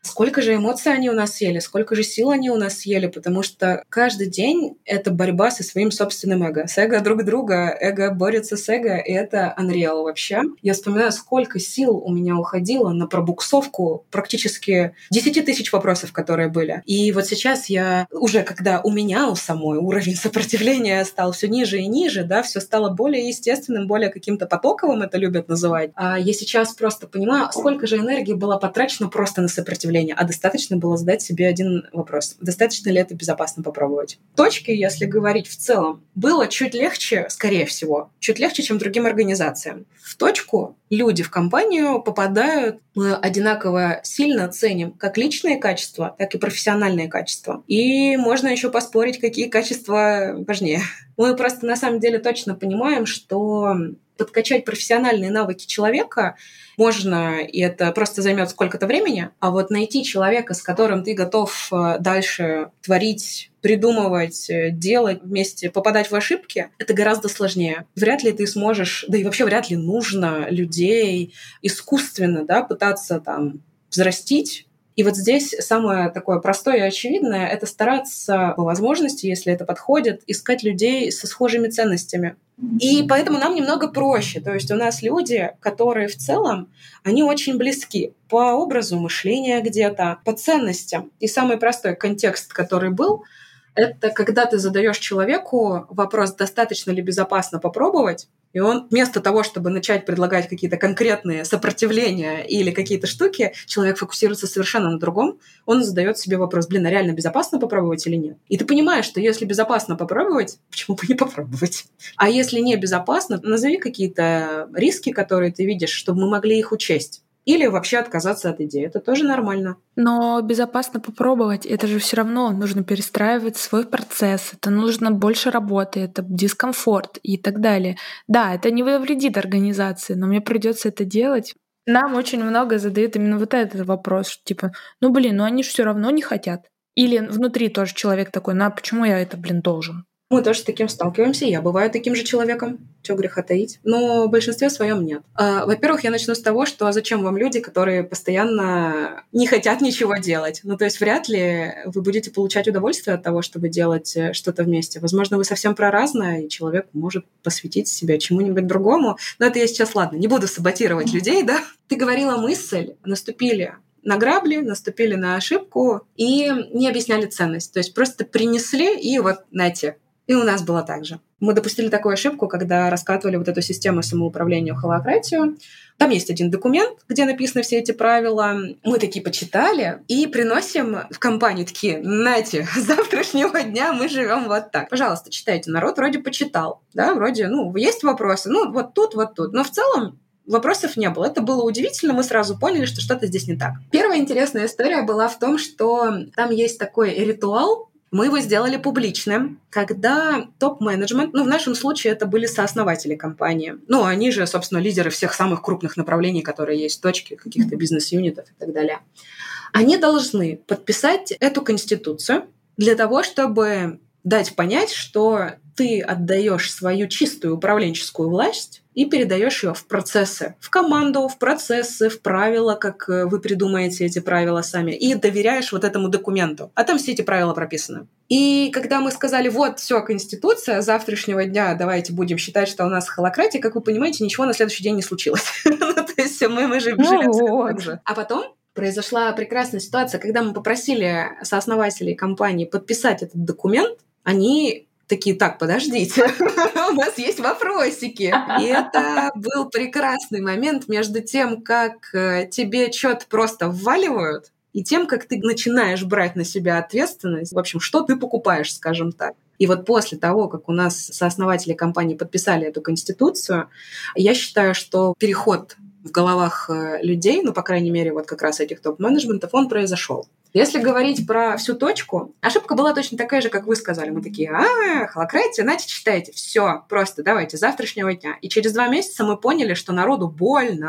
сколько же эмоций они у нас съели, сколько же сил они у нас съели, потому что каждый день — это борьба со своим собственным эго. С эго друг друга, эго борется с эго, и это unreal вообще. Я вспоминаю, сколько сил у меня уходило на пробуксовку практически десять тысяч вопросов, которые были. И вот сейчас я уже, когда у меня у самой уровень сопротивления стал все ниже и ниже, да, все стало более естественным, более каким-то потоковым, это любят называть. А я сейчас просто понимаю, сколько же энергии было потрачено просто на сопротивление. А достаточно было задать себе один вопрос. Достаточно ли это безопасно попробовать? Точки, если говорить в целом, было чуть легче, скорее всего, чуть легче, чем другим организациям. В точку люди в компанию попадают, мы одинаково сильно ценим как личные качества, так и профессиональные качества. И можно еще поспорить, какие качества важнее. Мы просто на самом деле точно понимаем, что подкачать профессиональные навыки человека можно, и это просто займет сколько-то времени, а вот найти человека, с которым ты готов дальше творить, придумывать, делать вместе, попадать в ошибки, это гораздо сложнее. Вряд ли ты сможешь, да и вообще вряд ли нужно людей искусственно, да, пытаться там взрастить. И вот здесь самое такое простое и очевидное — это стараться по возможности, если это подходит, искать людей со схожими ценностями. И поэтому нам немного проще. То есть у нас люди, которые в целом, они очень близки по образу мышления где-то, по ценностям. И самый простой контекст, который был, это когда ты задаешь человеку вопрос, достаточно ли безопасно попробовать, и он вместо того, чтобы начать предлагать какие-то конкретные сопротивления или какие-то штуки, человек фокусируется совершенно на другом, он задает себе вопрос, блин, а реально безопасно попробовать или нет? И ты понимаешь, что если безопасно попробовать, почему бы не попробовать? А если не безопасно, назови какие-то риски, которые ты видишь, чтобы мы могли их учесть. Или вообще отказаться от идеи. Это тоже нормально. Но безопасно попробовать, это же все равно нужно перестраивать свой процесс, это нужно больше работы, это дискомфорт и так далее. Да, это не вредит организации, но мне придется это делать. Нам очень много задают именно вот этот вопрос, что типа, ну блин, ну они же все равно не хотят. Или внутри тоже человек такой, ну а почему я это, блин, должен? Мы тоже с таким сталкиваемся. Я бываю таким же человеком. Чего греха таить. Но в большинстве своем нет. А, во-первых, я начну с того, что зачем вам люди, которые постоянно не хотят ничего делать? Ну, то есть вряд ли вы будете получать удовольствие от того, чтобы делать что-то вместе. Возможно, вы совсем про разное, и человек может посвятить себя чему-нибудь другому. Но это я сейчас, ладно, не буду саботировать людей, да? Ты говорила мысль, наступили на грабли, наступили на ошибку и не объясняли ценность. То есть просто принесли и вот нате. И у нас было так же. Мы допустили такую ошибку, когда раскатывали вот эту систему самоуправления в холакратию. Там есть один документ, где написаны все эти правила. Мы такие почитали и приносим в компанию такие, нате, с завтрашнего дня мы живем вот так. Пожалуйста, читайте. Народ вроде почитал, да, вроде, ну, есть вопросы, ну, вот тут, вот тут. Но в целом вопросов не было. Это было удивительно, мы сразу поняли, что что-то здесь не так. Первая интересная история была в том, что там есть такой ритуал. Мы его сделали публичным, когда топ-менеджмент, ну, в нашем случае это были сооснователи компании, ну, они же, собственно, лидеры всех самых крупных направлений, которые есть в точке, каких-то бизнес-юнитов и так далее, они должны подписать эту конституцию для того, чтобы дать понять, что ты отдаешь свою чистую управленческую власть и передаешь ее в процессы, в команду, в процессы, в правила, как вы придумаете эти правила сами, и доверяешь вот этому документу. А там все эти правила прописаны. И когда мы сказали, вот, все, Конституция, с завтрашнего дня давайте будем считать, что у нас холакратия, как вы понимаете, ничего на следующий день не случилось. То есть мы живем так же. А потом произошла прекрасная ситуация, когда мы попросили сооснователей компании подписать этот документ, они такие, так, подождите, у нас есть вопросики. И это был прекрасный момент между тем, как тебе что-то просто вваливают, и тем, как ты начинаешь брать на себя ответственность. В общем, что ты покупаешь, скажем так. И вот после того, как у нас сооснователи компании подписали эту конституцию, я считаю, что переход в головах людей, ну, по крайней мере, вот как раз этих топ-менеджментов, он произошел. Если говорить про всю точку, ошибка была точно такая же, как вы сказали. Мы такие, а, холакратия, значит, читайте. Все, просто давайте, с завтрашнего дня. И через два месяца мы поняли, что народу больно.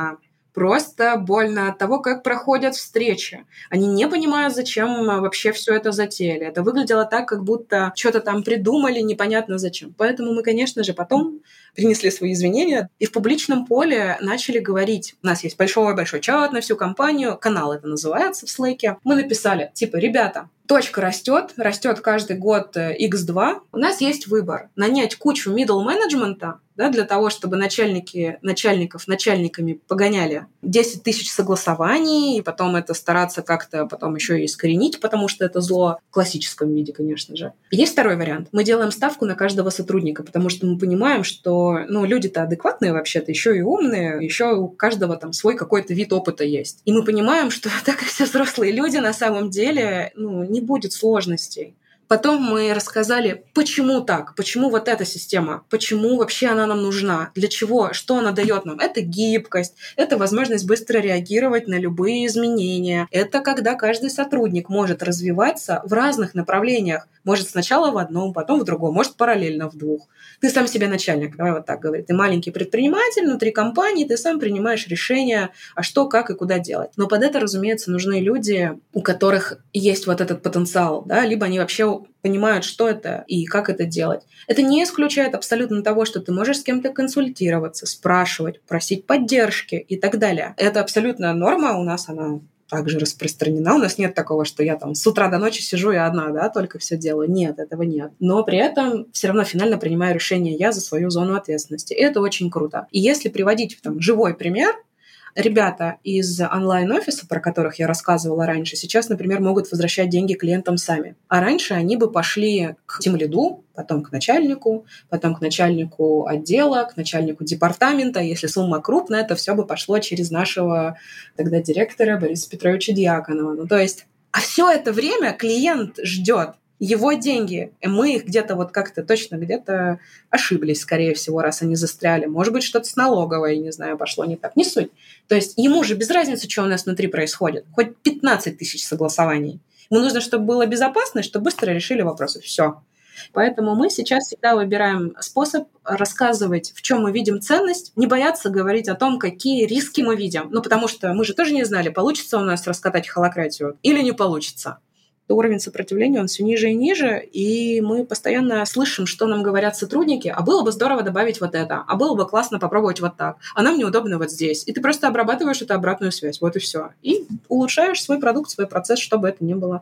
просто больно от того, как проходят встречи. Они не понимают, зачем вообще все это затеяли. Это выглядело так, как будто что-то там придумали, непонятно зачем. Поэтому мы, конечно же, потом принесли свои извинения и в публичном поле начали говорить. У нас есть большой-большой чат на всю компанию, канал это называется в Slack. Мы написали, типа, ребята, точка растет, растет каждый год икс два. У нас есть выбор. Нанять кучу middle менеджмента, да, для того, чтобы начальники начальников начальниками погоняли десять тысяч согласований, и потом это стараться как-то потом еще и искоренить, потому что это зло в классическом виде, конечно же. Есть второй вариант. Мы делаем ставку на каждого сотрудника, потому что мы понимаем, что ну, люди-то адекватные вообще-то, еще и умные, еще у каждого там свой какой-то вид опыта есть. И мы понимаем, что так как все взрослые люди, на самом деле ну, не будет сложностей. Потом мы рассказали, почему так, почему вот эта система, почему вообще она нам нужна, для чего, что она дает нам. Это гибкость, это возможность быстро реагировать на любые изменения. Это когда каждый сотрудник может развиваться в разных направлениях. Может сначала в одном, потом в другом, может параллельно в двух. Ты сам себе начальник, давай вот так говорить. Ты маленький предприниматель внутри компании, ты сам принимаешь решения, а что, как и куда делать. Но под это, разумеется, нужны люди, у которых есть вот этот потенциал, да, либо они вообще понимают, что это и как это делать. Это не исключает абсолютно того, что ты можешь с кем-то консультироваться, спрашивать, просить поддержки и так далее. Это абсолютная норма, у нас она также распространена. У нас нет такого, что я там с утра до ночи сижу и одна, да, только все делаю. Нет, этого нет. Но при этом все равно финально принимаю решение я за свою зону ответственности. И это очень круто. И если приводить там живой пример, ребята из онлайн-офиса, про которых я рассказывала раньше, сейчас, например, могут возвращать деньги клиентам сами. А раньше они бы пошли к тимлиду, потом к начальнику, потом к начальнику отдела, к начальнику департамента. Если сумма крупная, то все бы пошло через нашего тогда директора Бориса Петровича Дьяконова. Ну, то есть, а все это время клиент ждет его деньги. И мы их где-то вот как-то точно где-то ошиблись, скорее всего, раз они застряли. Может быть, что-то с налоговой, не знаю, пошло не так. Не суть. То есть ему же без разницы, что у нас внутри происходит. Хоть пятнадцать тысяч согласований. Ему нужно, чтобы было безопасно, чтобы быстро решили вопросы. Все. Поэтому мы сейчас всегда выбираем способ рассказывать, в чем мы видим ценность, не бояться говорить о том, какие риски мы видим. Ну, потому что мы же тоже не знали, получится у нас раскатать холократию или не получится. Уровень сопротивления, он все ниже и ниже, и мы постоянно слышим, что нам говорят сотрудники, а было бы здорово добавить вот это, а было бы классно попробовать вот так, а нам неудобно вот здесь. И ты просто обрабатываешь эту обратную связь, вот и все. И улучшаешь свой продукт, свой процесс, чтобы это ни было.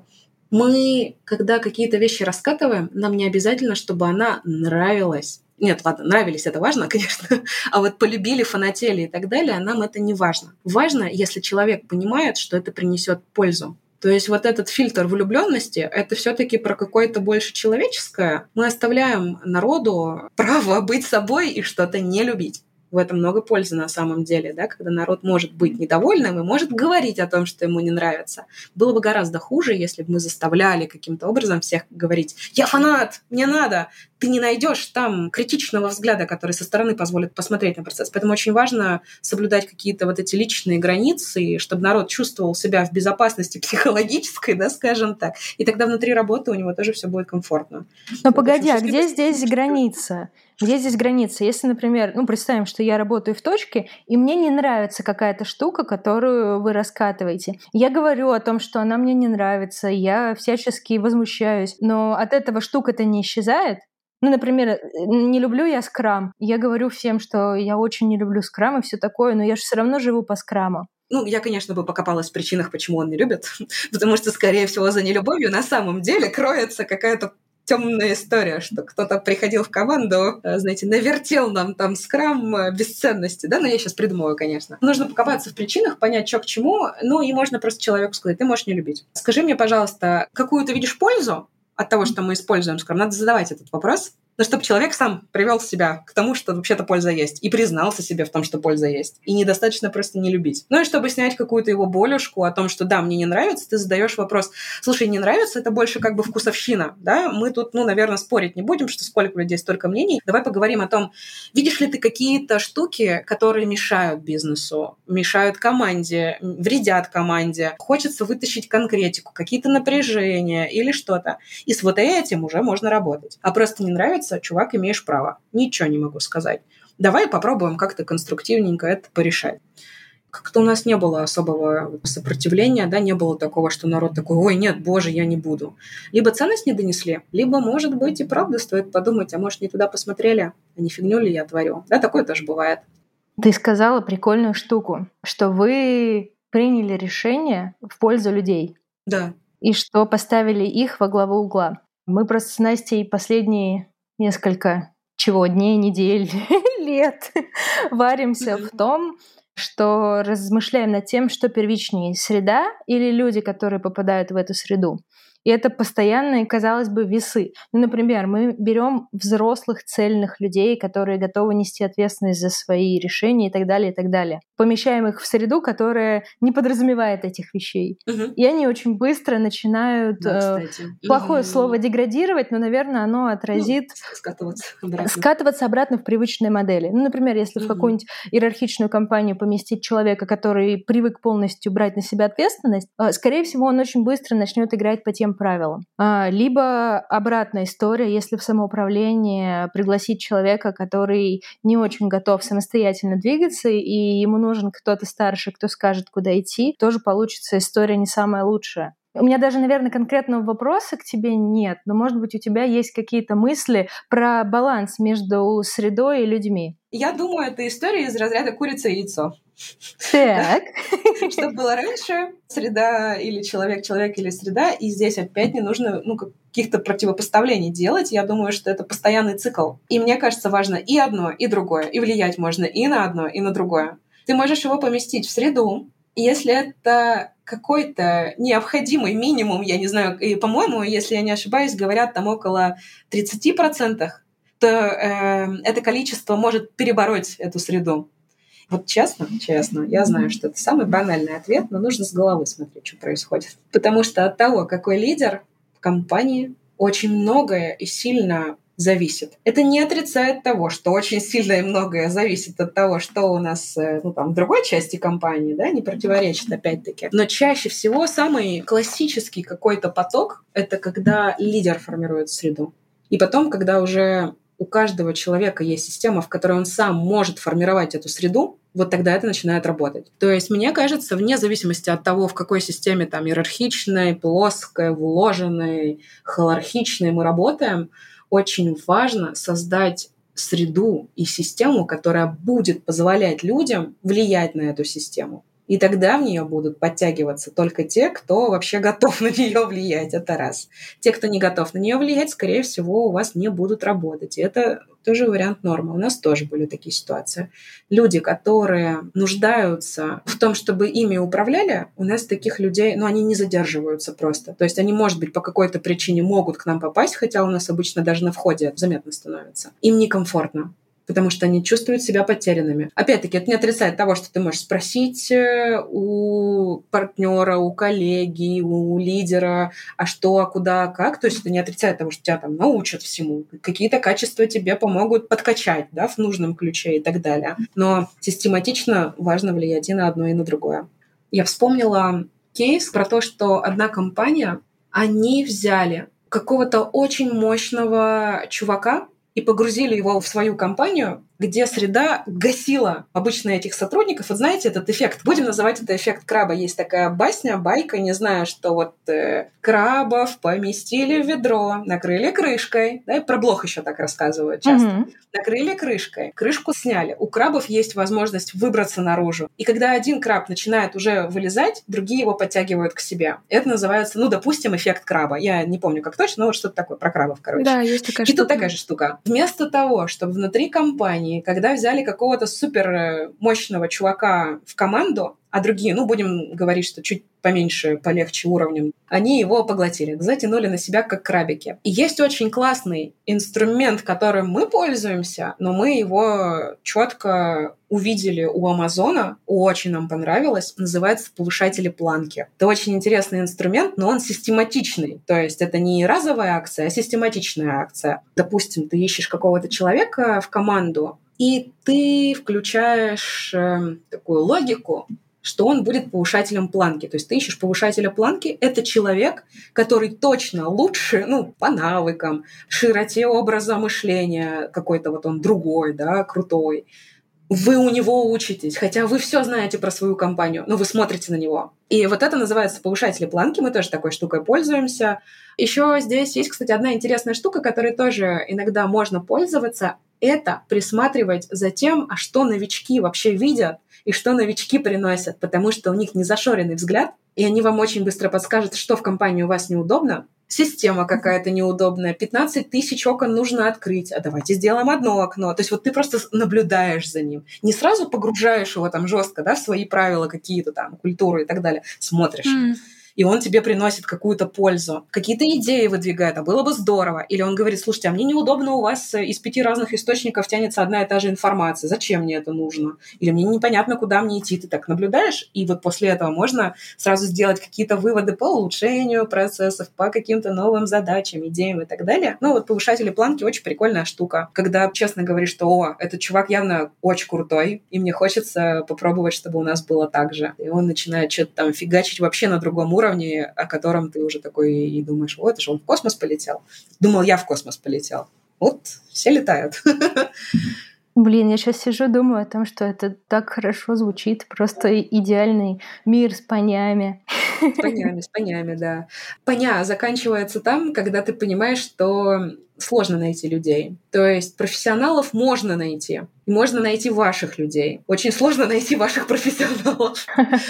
Мы, когда какие-то вещи раскатываем, нам не обязательно, чтобы она нравилась. Нет, ладно, нравились, это важно, конечно, а вот полюбили, фанатели и так далее, нам это не важно. Важно, если человек понимает, что это принесет пользу. То есть вот этот фильтр влюбленности, это все-таки про какое-то больше человеческое. Мы оставляем народу право быть собой и что-то не любить. В этом много пользы на самом деле, да, когда народ может быть недовольным и может говорить о том, что ему не нравится. Было бы гораздо хуже, если бы мы заставляли каким-то образом всех говорить: «Я фанат, мне надо». Ты не найдешь там критичного взгляда, который со стороны позволит посмотреть на процесс. Поэтому очень важно соблюдать какие-то вот эти личные границы, чтобы народ чувствовал себя в безопасности психологической, да, скажем так. И тогда внутри работы у него тоже все будет комфортно. Но погоди, а где здесь граница? Где здесь граница? Если, например, ну, представим, что я работаю в точке, и мне не нравится какая-то штука, которую вы раскатываете. Я говорю о том, что она мне не нравится, я всячески возмущаюсь, но от этого штука-то не исчезает. Ну, например, не люблю я скрам. Я говорю всем, что я очень не люблю скрам и все такое, но я же все равно живу по скраму. Ну, я, конечно, бы покопалась в причинах, почему он не любит, потому что, скорее всего, за нелюбовью на самом деле кроется какая-то темная история, что кто-то приходил в команду, знаете, навертел нам там скрам бесценности, да, но я сейчас придумываю, конечно. Нужно покопаться в причинах, понять, что к чему, ну и можно просто человеку сказать: ты можешь не любить. Скажи мне, пожалуйста, какую ты видишь пользу от того, что мы используем скрам? Надо задавать этот вопрос. Но чтобы человек сам привел себя к тому, что вообще-то польза есть, и признался себе в том, что польза есть. И недостаточно просто не любить. Ну и чтобы снять какую-то его болюшку о том, что да, мне не нравится, ты задаешь вопрос: слушай, не нравится, это больше как бы вкусовщина, да? Мы тут, ну, наверное, спорить не будем, что сколько людей, столько мнений. Давай поговорим о том, видишь ли ты какие-то штуки, которые мешают бизнесу, мешают команде, вредят команде. Хочется вытащить конкретику, какие-то напряжения или что-то. И с вот этим уже можно работать. А просто не нравится, чувак, имеешь право. Ничего не могу сказать. Давай попробуем как-то конструктивненько это порешать. как-то у нас не было особого сопротивления, да, не было такого, что народ такой, ой, нет, боже, я не буду. Либо ценность не донесли, либо, может быть, и правда стоит подумать, а может, не туда посмотрели, а не фигню ли я творю. Да, такое тоже бывает. Ты сказала прикольную штуку, что вы приняли решение в пользу людей. Да. И что поставили их во главу угла. Мы просто с Настей последние несколько чего, дней, недель, лет варимся mm-hmm. в том, что размышляем над тем, что первичнее, среда или люди, которые попадают в эту среду. И это постоянные, казалось бы, весы. Ну, например, мы берем взрослых цельных людей, которые готовы нести ответственность за свои решения и так далее, и так далее. Помещаем их в среду, которая не подразумевает этих вещей. Угу. И они очень быстро начинают да, э, плохое угу. слово деградировать, но, наверное, оно отразит... Ну, скатываться обратно. Скатываться обратно в привычные модели. Ну, например, если угу. в какую-нибудь иерархичную компанию поместить человека, который привык полностью брать на себя ответственность, э, скорее всего, он очень быстро начнет играть по тем правилам. Либо обратная история, если в самоуправлении пригласить человека, который не очень готов самостоятельно двигаться, и ему нужен кто-то старше, кто скажет, куда идти, тоже получится история не самая лучшая. У меня даже, наверное, конкретного вопроса к тебе нет, но, может быть, у тебя есть какие-то мысли про баланс между средой и людьми. Я думаю, это история из разряда курица и яйцо. Так. Что было раньше, среда или человек, человек или среда, и здесь опять не нужно ну, каких-то противопоставлений делать. Я думаю, что это постоянный цикл. И мне кажется, важно и одно, и другое, и влиять можно и на одно, и на другое. Ты можешь его поместить в среду, и если это какой-то необходимый минимум, я не знаю, и, по-моему, если я не ошибаюсь, говорят там около тридцать процентов, то э, это количество может перебороть эту среду. Вот честно, честно, я знаю, что это самый банальный ответ, но нужно с головы смотреть, что происходит. Потому что от того, какой лидер в компании, очень многое и сильно зависит. Это не отрицает того, что очень сильно и многое зависит от того, что у нас ну, там, в другой части компании, да, не противоречит опять-таки. Но чаще всего самый классический какой-то поток — это когда лидер формирует среду. И потом, когда уже у каждого человека есть система, в которой он сам может формировать эту среду, вот тогда это начинает работать. То есть, мне кажется, вне зависимости от того, в какой системе там иерархичной, плоской, вложенной, холархичной мы работаем, очень важно создать среду и систему, которая будет позволять людям влиять на эту систему. И тогда в нее будут подтягиваться только те, кто вообще готов на нее влиять. Это раз. Те, кто не готов на нее влиять, скорее всего, у вас не будут работать. И это тоже вариант нормы. У нас тоже были такие ситуации. Люди, которые нуждаются в том, чтобы ими управляли, у нас таких людей, ну, они не задерживаются просто. То есть они, может быть, по какой-то причине могут к нам попасть, хотя у нас обычно даже на входе это заметно становится. Им некомфортно, потому что они чувствуют себя потерянными. Опять-таки, это не отрицает того, что ты можешь спросить у партнера, у коллеги, у лидера, а что, а куда, а как. То есть это не отрицает того, что тебя там научат всему. Какие-то качества тебе помогут подкачать, да, в нужном ключе и так далее. Но систематично важно влиять и на одно, и на другое. Я вспомнила кейс про то, что одна компания, они взяли какого-то очень мощного чувака, и погрузили его в свою компанию, где среда гасила обычно этих сотрудников. Вот знаете, этот эффект, будем называть это эффект краба. Есть такая басня, байка, не знаю, что вот э, крабов поместили в ведро, накрыли крышкой. Да, и про блох еще так рассказывают часто. Mm-hmm. Накрыли крышкой, крышку сняли. У крабов есть возможность выбраться наружу. И когда один краб начинает уже вылезать, другие его подтягивают к себе. Это называется, ну, допустим, эффект краба. Я не помню, как точно, но вот что-то такое про крабов, короче. Да, есть такая и штука. И тут такая же штука. Вместо того, чтобы внутри компании, когда взяли какого-то супер мощного чувака в команду, а другие, ну, будем говорить, что чуть поменьше, полегче уровнем, они его поглотили, затянули на себя как крабики. И есть очень классный инструмент, которым мы пользуемся, но мы его четко увидели у Амазона, очень нам понравилось, называется повышатели планки. Это очень интересный инструмент, но он систематичный. То есть это не разовая акция, а систематичная акция. Допустим, ты ищешь какого-то человека в команду, и ты включаешь э, такую логику, что он будет повышателем планки. То есть ты ищешь повышателя планки, это человек, который точно лучше, ну, по навыкам, широте образа мышления, какой-то вот он другой, да, крутой, вы у него учитесь, хотя вы все знаете про свою компанию, но вы смотрите на него. И вот это называется повышатели планки, мы тоже такой штукой пользуемся. Еще здесь есть, кстати, одна интересная штука, которой тоже иногда можно пользоваться, это присматривать за тем, а что новички вообще видят и что новички приносят, потому что у них незашоренный взгляд, и они вам очень быстро подскажут, что в компании у вас неудобно. Система какая-то неудобная, пятнадцать тысяч окон нужно открыть, а давайте сделаем одно окно. То есть вот ты просто наблюдаешь за ним. Не сразу погружаешь его там жестко, да, в свои правила какие-то там, культуры и так далее. Смотришь. Mm. И он тебе приносит какую-то пользу, какие-то идеи выдвигает, а было бы здорово. Или он говорит, слушайте, а мне неудобно, у вас из пяти разных источников тянется одна и та же информация, зачем мне это нужно? Или мне непонятно, куда мне идти, ты так наблюдаешь, и вот после этого можно сразу сделать какие-то выводы по улучшению процессов, по каким-то новым задачам, идеям и так далее. Ну вот повышатели планки очень прикольная штука, когда честно говоришь, что о, этот чувак явно очень крутой, и мне хочется попробовать, чтобы у нас было так же. И он начинает что-то там фигачить вообще на другом уровне, о котором ты уже такой и думаешь, вот, это же он в космос полетел. Думал, я в космос полетел. Вот, все летают. Блин, я сейчас сижу и думаю о том, что это так хорошо звучит. Просто идеальный мир с понями. С понями, с понями, да. Поня заканчивается там, когда ты понимаешь, что сложно найти людей. То есть профессионалов можно найти. И можно найти ваших людей. Очень сложно найти ваших профессионалов.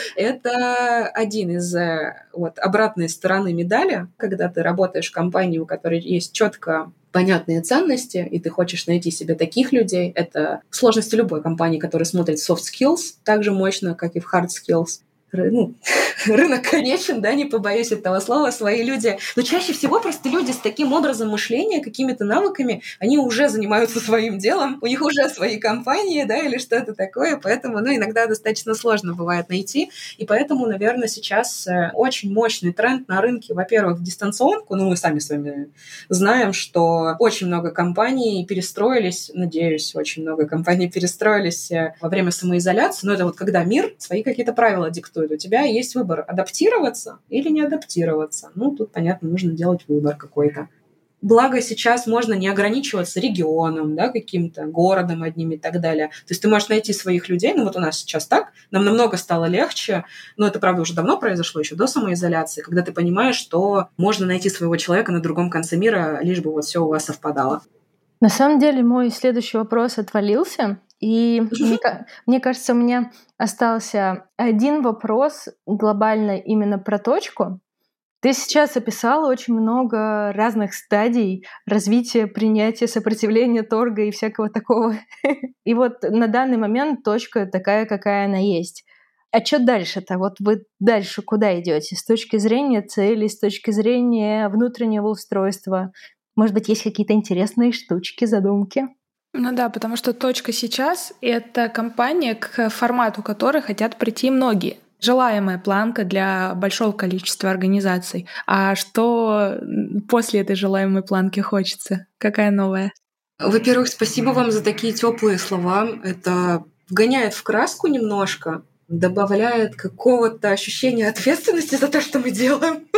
Это один из вот, обратной стороны медали, когда ты работаешь в компании, у которой есть четко понятные ценности, и ты хочешь найти себе таких людей. Это сложности любой компании, которая смотрит soft skills так же мощно, как и в hard skills. Ну, рынок конечен, да, не побоюсь этого слова, свои люди. Но чаще всего просто люди с таким образом мышления, какими-то навыками, они уже занимаются своим делом, у них уже свои компании, да, или что-то такое, поэтому, ну, иногда достаточно сложно бывает найти, и поэтому, наверное, сейчас очень мощный тренд на рынке, во-первых, в дистанционку, ну, мы сами с вами знаем, что очень много компаний перестроились, надеюсь, очень много компаний перестроились во время самоизоляции, но это вот когда мир свои какие-то правила диктует. У тебя есть выбор, адаптироваться или не адаптироваться. Ну, тут, понятно, нужно делать выбор какой-то. Благо сейчас можно не ограничиваться регионом, да, каким-то городом одним и так далее. То есть ты можешь найти своих людей, ну вот у нас сейчас так, нам намного стало легче, но это, правда, уже давно произошло, еще до самоизоляции, когда ты понимаешь, что можно найти своего человека на другом конце мира, лишь бы вот все у вас совпадало. На самом деле мой следующий вопрос отвалился, и мне, мне кажется, у меня остался один вопрос глобально именно про точку. Ты сейчас описала очень много разных стадий развития, принятия, сопротивления, торга и всякого такого. И вот на данный момент точка такая, какая она есть. А что дальше-то? Вот вы дальше куда идете? С точки зрения целей, с точки зрения внутреннего устройства? Может быть, есть какие-то интересные штучки, задумки? Ну да, потому что точка сейчас — это компания, к формату которой хотят прийти многие. Желаемая планка для большого количества организаций. А что после этой желаемой планки хочется? Какая новая? Во-первых, спасибо вам за такие теплые слова. Это вгоняет в краску немножко, добавляет какого-то ощущения ответственности за то, что мы делаем.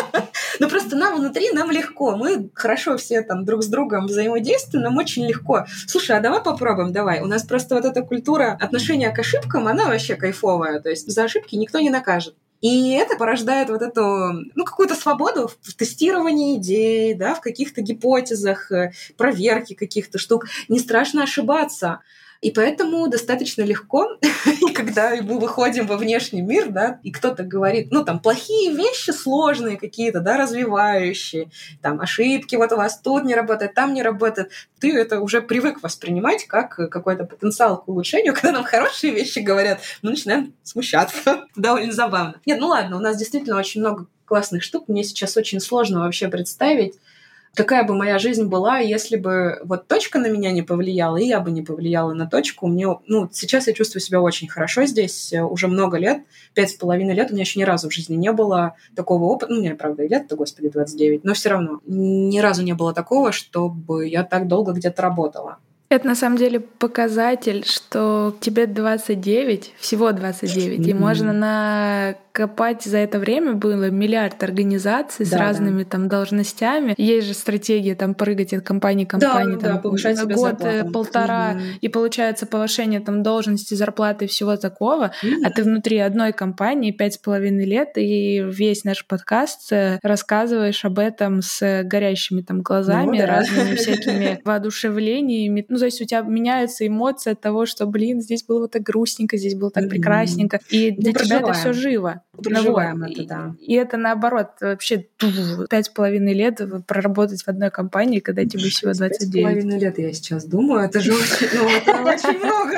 Но просто нам внутри, нам легко. Мы хорошо все там друг с другом взаимодействуем, нам очень легко. Слушай, а давай попробуем, давай. У нас просто вот эта культура отношения к ошибкам, она вообще кайфовая. То есть за ошибки никто не накажет. И это порождает вот эту, ну, какую-то свободу в тестировании идей, да, в каких-то гипотезах, проверке каких-то штук. Не страшно ошибаться. И поэтому достаточно легко, когда мы выходим во внешний мир, да, и кто-то говорит, ну, там, плохие вещи сложные какие-то, да, развивающие, там, ошибки, вот у вас тут не работает, там не работает, ты это уже привык воспринимать как какой-то потенциал к улучшению. Когда нам хорошие вещи говорят, мы начинаем смущаться. Довольно забавно. Нет, ну ладно, у нас действительно очень много классных штук. Мне сейчас очень сложно вообще представить, какая бы моя жизнь была, если бы вот точка на меня не повлияла, и я бы не повлияла на точку. Мне, ну, сейчас я чувствую себя очень хорошо здесь уже много лет, пять с половиной лет. У меня еще ни разу в жизни не было такого опыта. Ну, у меня, правда, и лет-то, господи, двадцать девять, но все равно ни разу не было такого, чтобы я так долго где-то работала. Это на самом деле показатель, что тебе двадцать девять, всего двадцать девять, mm-hmm. и можно накопать за это время было миллиард организаций да, с разными да. там должностями. Есть же стратегия там прыгать от компании к компании, да, там, да, повышать себе год, зарплату. полтора, mm-hmm. и получается повышение там должности, зарплаты и всего такого, mm-hmm. а ты внутри одной компании пять с половиной лет, и весь наш подкаст рассказываешь об этом с горящими там глазами, ну, да. разными всякими воодушевлениями. Ну, то есть у тебя меняются эмоции от того, что, блин, здесь было вот так грустненько, здесь было так mm-hmm. прекрасненько. И для Мы тебя проживаем. Это все живо. Проживаем ну, вот. это, да. И, и это наоборот, вообще пять с половиной лет проработать в одной компании, когда тебе всего двадцать девять. Пять с половиной лет, я сейчас думаю, это же очень, ну, это очень много.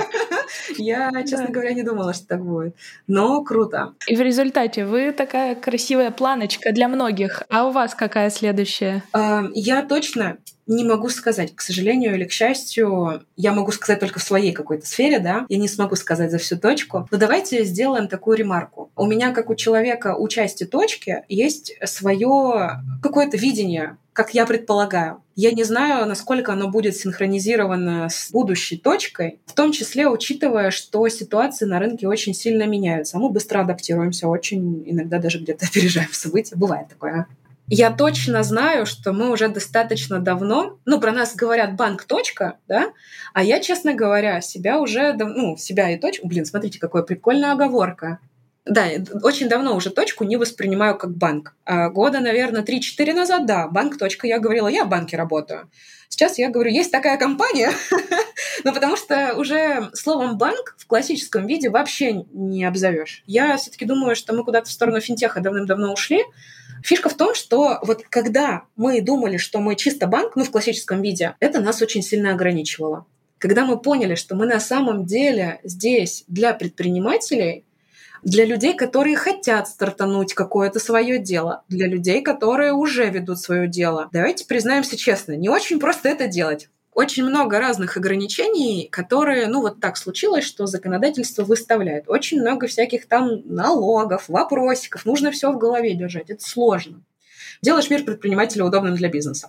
Я, честно говоря, не думала, что так будет. Но круто. И в результате вы такая красивая планочка для многих. А у вас какая следующая? Я точно не могу сказать, к сожалению или к счастью, я могу сказать только в своей какой-то сфере, да, я не смогу сказать за всю точку, но давайте сделаем такую ремарку. У меня, как у человека, у части точки есть свое какое-то видение, как я предполагаю. Я не знаю, насколько оно будет синхронизировано с будущей точкой, в том числе учитывая, что ситуации на рынке очень сильно меняются. Мы быстро адаптируемся, очень иногда даже где-то опережаем события. Бывает такое. Я точно знаю, что мы уже достаточно давно, ну, про нас говорят банк точка, да, а я, честно говоря, себя уже, ну, себя и точку, блин, смотрите, какая прикольная оговорка. Да, очень давно уже точку не воспринимаю как банк. А года, наверное, три-четыре назад, да, банк точка, я говорила, я в банке работаю. Сейчас я говорю, есть такая компания, ну, потому что уже словом «банк» в классическом виде вообще не обзовешь. Я все-таки думаю, что мы куда-то в сторону финтеха давным-давно ушли. Фишка в том, что вот когда мы думали, что мы чисто банк, ну, в классическом виде, это нас очень сильно ограничивало. Когда мы поняли, что мы на самом деле здесь для предпринимателей, для людей, которые хотят стартануть какое-то свое дело, для людей, которые уже ведут свое дело. Давайте признаемся честно, не очень просто это делать. Очень много разных ограничений, которые, ну вот так случилось, что законодательство выставляет. Очень много всяких там налогов, вопросиков. Нужно все в голове держать. Это сложно. Делаешь мир предпринимателя удобным для бизнеса.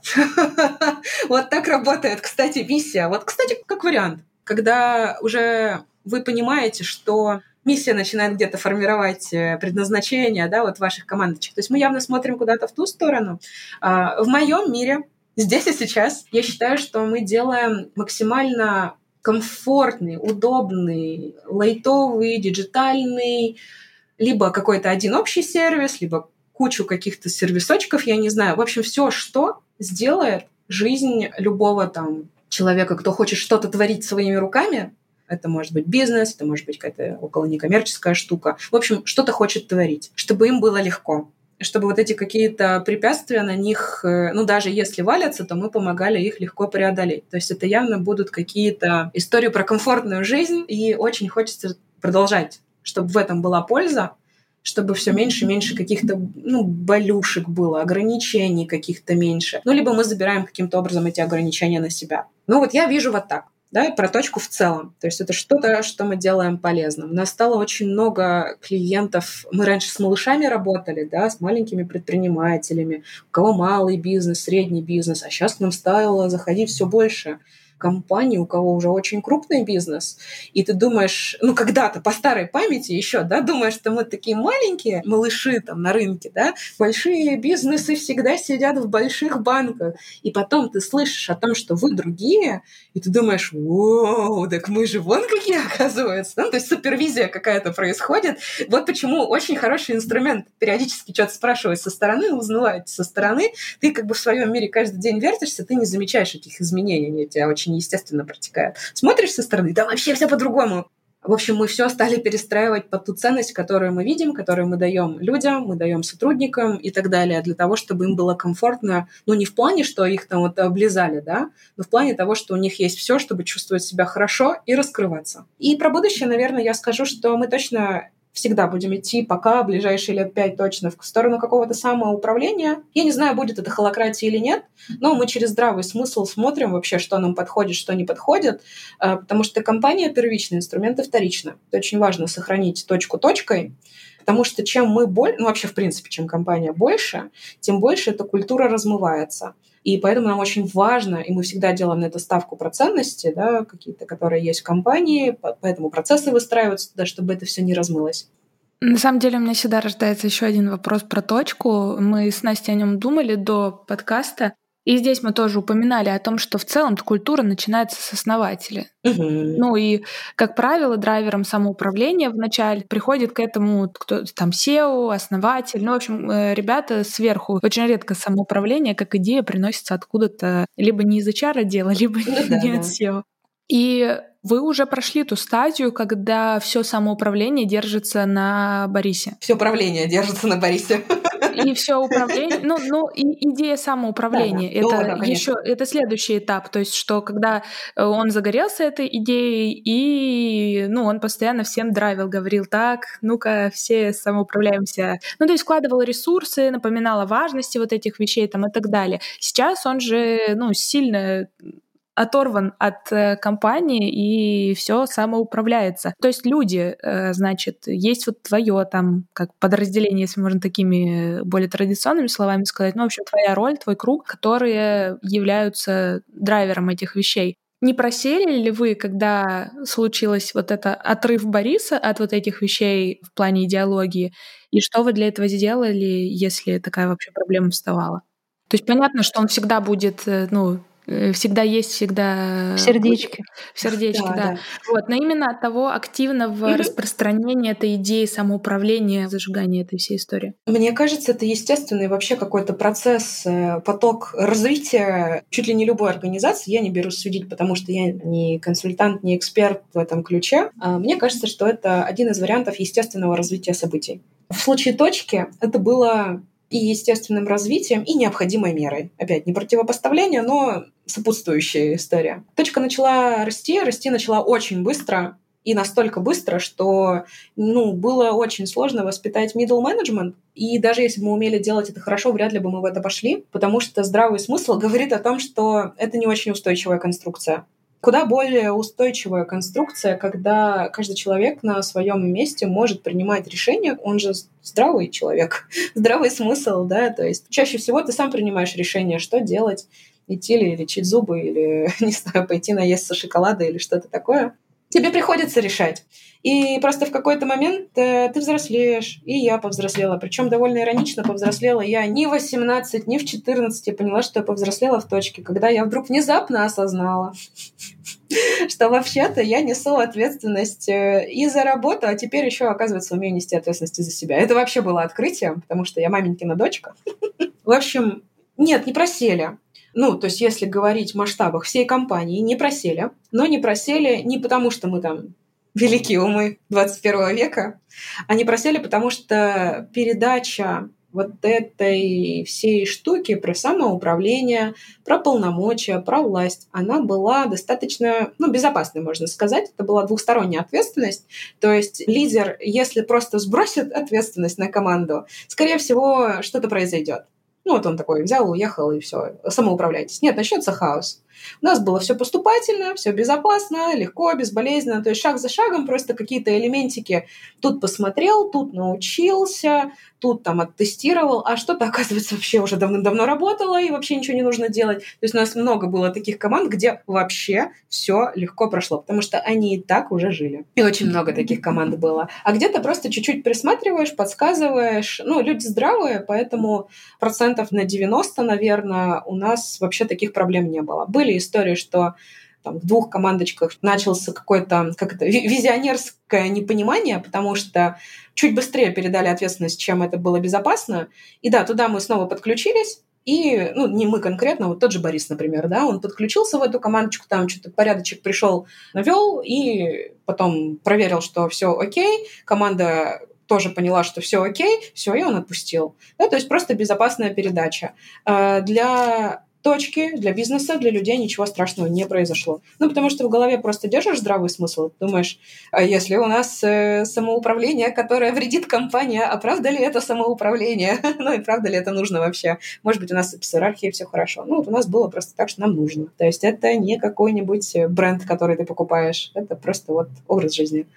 Вот так работает, кстати, миссия. Вот, кстати, как вариант. Когда уже вы понимаете, что миссия начинает где-то формировать предназначение, да, вот ваших командочек. То есть мы явно смотрим куда-то в ту сторону. В моем мире здесь и сейчас я считаю, что мы делаем максимально комфортный, удобный, лайтовый, диджитальный, либо какой-то один общий сервис, либо кучу каких-то сервисочков, я не знаю. В общем, все, что сделает жизнь любого там человека, кто хочет что-то творить своими руками. Это может быть бизнес, это может быть какая-то около некоммерческая штука. В общем, что-то хочет творить, чтобы им было легко. Чтобы вот эти какие-то препятствия на них, ну, даже если валятся, то мы помогали их легко преодолеть. То есть это явно будут какие-то истории про комфортную жизнь, и очень хочется продолжать, чтобы в этом была польза, чтобы все меньше и меньше каких-то, ну, болюшек было, ограничений каких-то меньше. Ну, либо мы забираем каким-то образом эти ограничения на себя. Ну, вот я вижу вот так. Да, про точку в целом. То есть это что-то, что мы делаем полезным. У нас стало очень много клиентов. Мы раньше с малышами работали, да, с маленькими предпринимателями, у кого малый бизнес, средний бизнес, а сейчас к нам стало заходить все больше компаний, у кого уже очень крупный бизнес, и ты думаешь, ну, когда-то по старой памяти еще, да, думаешь, что мы такие маленькие малыши там на рынке, да, большие бизнесы всегда сидят в больших банках, и потом ты слышишь о том, что вы другие, и ты думаешь, вау, так мы же вон какие, оказывается, ну, то есть супервизия какая-то происходит. Вот почему очень хороший инструмент периодически что-то спрашивать со стороны, узнавать со стороны, ты как бы в своем мире каждый день вертишься, ты не замечаешь этих изменений, они у тебя очень естественно протекают. Смотришь со стороны, да вообще все по-другому. В общем, мы все стали перестраивать под ту ценность, которую мы видим, которую мы даем людям, мы даем сотрудникам и так далее, для того, чтобы им было комфортно, ну, не в плане, что их там вот облизали, да, но в плане того, что у них есть все, чтобы чувствовать себя хорошо и раскрываться. И про будущее, наверное, я скажу, что мы точно всегда будем идти пока, ближайшие лет пять точно, в сторону какого-то самоуправления. Я не знаю, будет это холакратия или нет, но мы через здравый смысл смотрим вообще, что нам подходит, что не подходит, потому что компания первичная, инструменты вторично. Это очень важно сохранить точку точкой, Потому что чем мы больше, ну вообще в принципе, чем компания больше, тем больше эта культура размывается. И поэтому нам очень важно, и мы всегда делаем на это ставку про ценности, да, какие-то, которые есть в компании, поэтому процессы выстраиваются туда, чтобы это все не размылось. На самом деле у меня всегда рождается еще один вопрос про точку. Мы с Настей о нем думали до подкаста. И здесь мы тоже упоминали о том, что в целом культура начинается с основателя. Угу. Ну и, как правило, драйвером самоуправления вначале приходит к этому кто там сео, основатель. Ну, в общем, ребята сверху. Очень редко самоуправление как идея приносится откуда-то либо не из эйч ар отдела, либо Ну да, не да. от сео. И вы уже прошли ту стадию, когда все самоуправление держится на Борисе. Все управление держится на Борисе. И все управление, ну, ну и идея самоуправления, Да, да. это Ну, да, еще, это следующий этап, то есть что когда он загорелся этой идеей, и, ну, он постоянно всем драйвил, говорил так, ну-ка, все самоуправляемся, ну, то есть вкладывал ресурсы, напоминал о важности вот этих вещей там и так далее. Сейчас он же, ну, сильно оторван от э, компании, и все самоуправляется. То есть люди, э, значит, есть вот твое там, как подразделение, если можно такими более традиционными словами сказать, ну, в общем, твоя роль, твой круг, которые являются драйвером этих вещей. Не просели ли вы, когда случилось вот это отрыв Бориса от вот этих вещей в плане идеологии, и что вы для этого сделали, если такая вообще проблема вставала? То есть понятно, что он всегда будет, ну, всегда есть, всегда... В сердечке. В сердечке, Да, да. да. Вот. Но именно от того активного Мгм. распространения этой идеи самоуправления, зажигания этой всей истории. Мне кажется, это естественный вообще какой-то процесс, э, поток развития чуть ли не любой организации. Я не берусь судить, потому что я не консультант, не эксперт в этом ключе. А мне кажется, что это один из вариантов естественного развития событий. В случае точки это было и естественным развитием, и необходимой мерой. Опять, не противопоставление, но сопутствующая история. Точка начала расти, расти начала очень быстро, и настолько быстро, что ну, было очень сложно воспитать middle management. И даже если бы мы умели делать это хорошо, вряд ли бы мы в это пошли, потому что здравый смысл говорит о том, что это не очень устойчивая конструкция. Куда более устойчивая конструкция, когда каждый человек на своем месте может принимать решения, он же здравый человек, здравый смысл, да, то есть чаще всего ты сам принимаешь решение, что делать, идти ли лечить зубы или, не знаю, пойти наесться шоколада или что-то такое. Тебе приходится решать. И просто в какой-то момент э, ты взрослеешь, и я повзрослела. Причем довольно иронично повзрослела я не в восемнадцать, не в четырнадцать. Я поняла, что я повзрослела в точке, когда я вдруг внезапно осознала, что вообще-то я несу ответственность и за работу, а теперь еще, оказывается, умею нести ответственность и за себя. Это вообще было открытием, потому что я маменькина дочка. В общем, нет, не просели. Ну, то есть, если говорить в масштабах всей компании, не просели. Но не просели не потому, что мы там великие умы двадцать первого века, а не просели, потому что передача вот этой всей штуки про самоуправление, про полномочия, про власть, она была достаточно, ну, безопасной, можно сказать. Это была двухсторонняя ответственность. То есть лидер, если просто сбросит ответственность на команду, скорее всего, что-то произойдет. Ну, вот он такой взял, уехал, и все, самоуправляйтесь. Нет, начнется хаос. У нас было все поступательно, все безопасно, легко, безболезненно. То есть шаг за шагом просто какие-то элементики. Тут посмотрел, тут научился, тут там оттестировал, а что-то, оказывается, вообще уже давным-давно работало, и вообще ничего не нужно делать. То есть у нас много было таких команд, где вообще все легко прошло, потому что они и так уже жили. И очень много таких команд было. А где-то просто чуть-чуть присматриваешь, подсказываешь. Ну, люди здравые, поэтому процентов на девяносто, наверное, у нас вообще таких проблем не было. Были истории, что там, в двух командочках начался какое-то как это, визионерское непонимание, потому что чуть быстрее передали ответственность, чем это было безопасно. И да, туда мы снова подключились. И, ну, не мы конкретно, вот тот же Борис, например, да, он подключился в эту командочку, там что-то порядочек пришел, навел, и потом проверил, что все окей, команда тоже поняла, что все окей, все, и он отпустил. Да, то есть просто безопасная передача. Для точки, для бизнеса, для людей ничего страшного не произошло. Ну, потому что в голове просто держишь здравый смысл, думаешь, а если у нас э, самоуправление, которое вредит компании, а правда ли это самоуправление? Ну и правда ли это нужно вообще? Может быть, у нас с иерархией все хорошо. Ну, вот у нас было просто так, что нам нужно. То есть это не какой-нибудь бренд, который ты покупаешь, это просто вот образ жизни.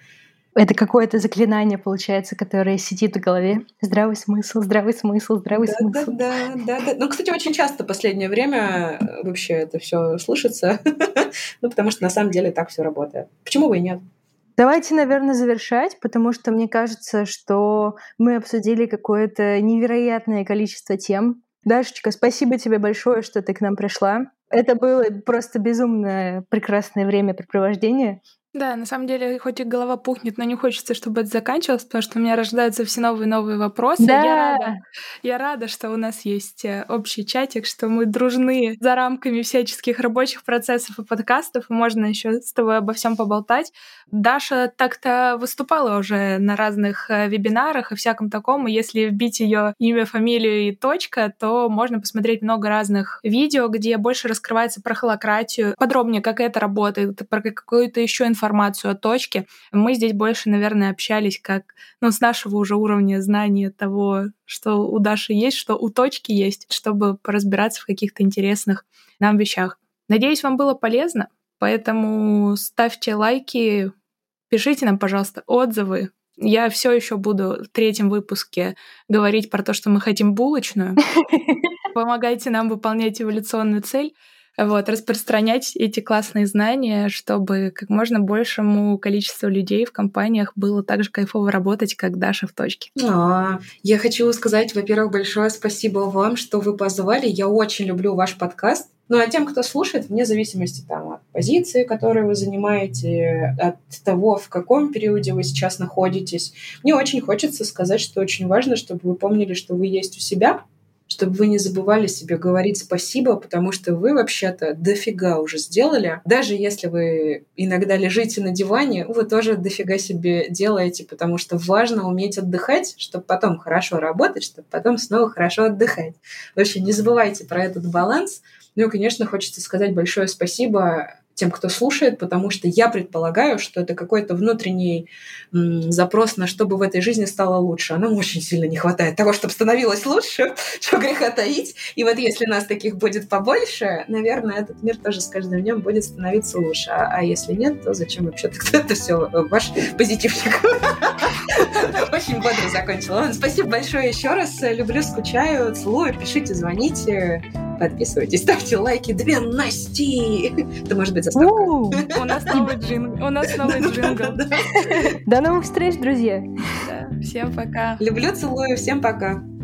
Это какое-то заклинание, получается, которое сидит в голове. Здравый смысл, здравый смысл, здравый да, смысл. Да, да, да, да. Ну, кстати, очень часто в последнее время вообще это все слышится. Ну, потому что на самом деле так все работает. Почему бы и нет? Давайте, наверное, завершать, потому что мне кажется, что мы обсудили какое-то невероятное количество тем. Дашечка, спасибо тебе большое, что ты к нам пришла. Это было просто безумно прекрасное времяпрепровождение. Да, на самом деле, хоть и голова пухнет, но не хочется, чтобы это заканчивалось, потому что у меня рождаются все новые и новые вопросы. Да. Я рада, я рада, что у нас есть общий чатик, что мы дружны за рамками всяческих рабочих процессов и подкастов, и можно еще с тобой обо всем поболтать. Даша так-то выступала уже на разных вебинарах и всяком таком, и если вбить ее имя, фамилию и точка, то можно посмотреть много разных видео, где больше раскрывается про холократию, подробнее, как это работает, про какую-то еще информацию информацию о точке. Мы здесь больше, наверное, общались как, ну, с нашего уже уровня знания того, что у Даши есть, что у точки есть, чтобы поразбираться в каких-то интересных нам вещах. Надеюсь, вам было полезно, поэтому ставьте лайки, пишите нам, пожалуйста, отзывы. Я все еще буду в третьем выпуске говорить про то, что мы хотим булочную. Помогайте нам выполнять эволюционную цель. Вот, распространять эти классные знания, чтобы как можно большему количеству людей в компаниях было так же кайфово работать, как Даша в точке. А, я хочу сказать, во-первых, большое спасибо вам, что вы позвали. Я очень люблю ваш подкаст. Ну, а тем, кто слушает, вне зависимости там, от позиции, которую вы занимаете, от того, в каком периоде вы сейчас находитесь, мне очень хочется сказать, что очень важно, чтобы вы помнили, что вы есть у себя, чтобы вы не забывали себе говорить спасибо, потому что вы вообще-то дофига уже сделали. Даже если вы иногда лежите на диване, вы тоже дофига себе делаете, потому что важно уметь отдыхать, чтобы потом хорошо работать, чтобы потом снова хорошо отдыхать. Вообще не забывайте про этот баланс. Ну и, конечно, хочется сказать большое спасибо тем, кто слушает, потому что я предполагаю, что это какой-то внутренний м, запрос на чтобы в этой жизни стало лучше. А нам очень сильно не хватает того, чтобы становилось лучше, что греха таить. И вот если нас таких будет побольше, наверное, этот мир тоже с каждым днем будет становиться лучше. А, а если нет, то зачем вообще тогда это все ваш позитивчик? Очень бодро закончила. Ладно, спасибо большое еще раз. Люблю, скучаю, целую. Пишите, звоните. Подписывайтесь, ставьте лайки. Две Насти! Это может быть заставка. У нас новый джингл. У нас новый джингл. До новых встреч, друзья! Всем пока. Люблю, целую. Всем пока.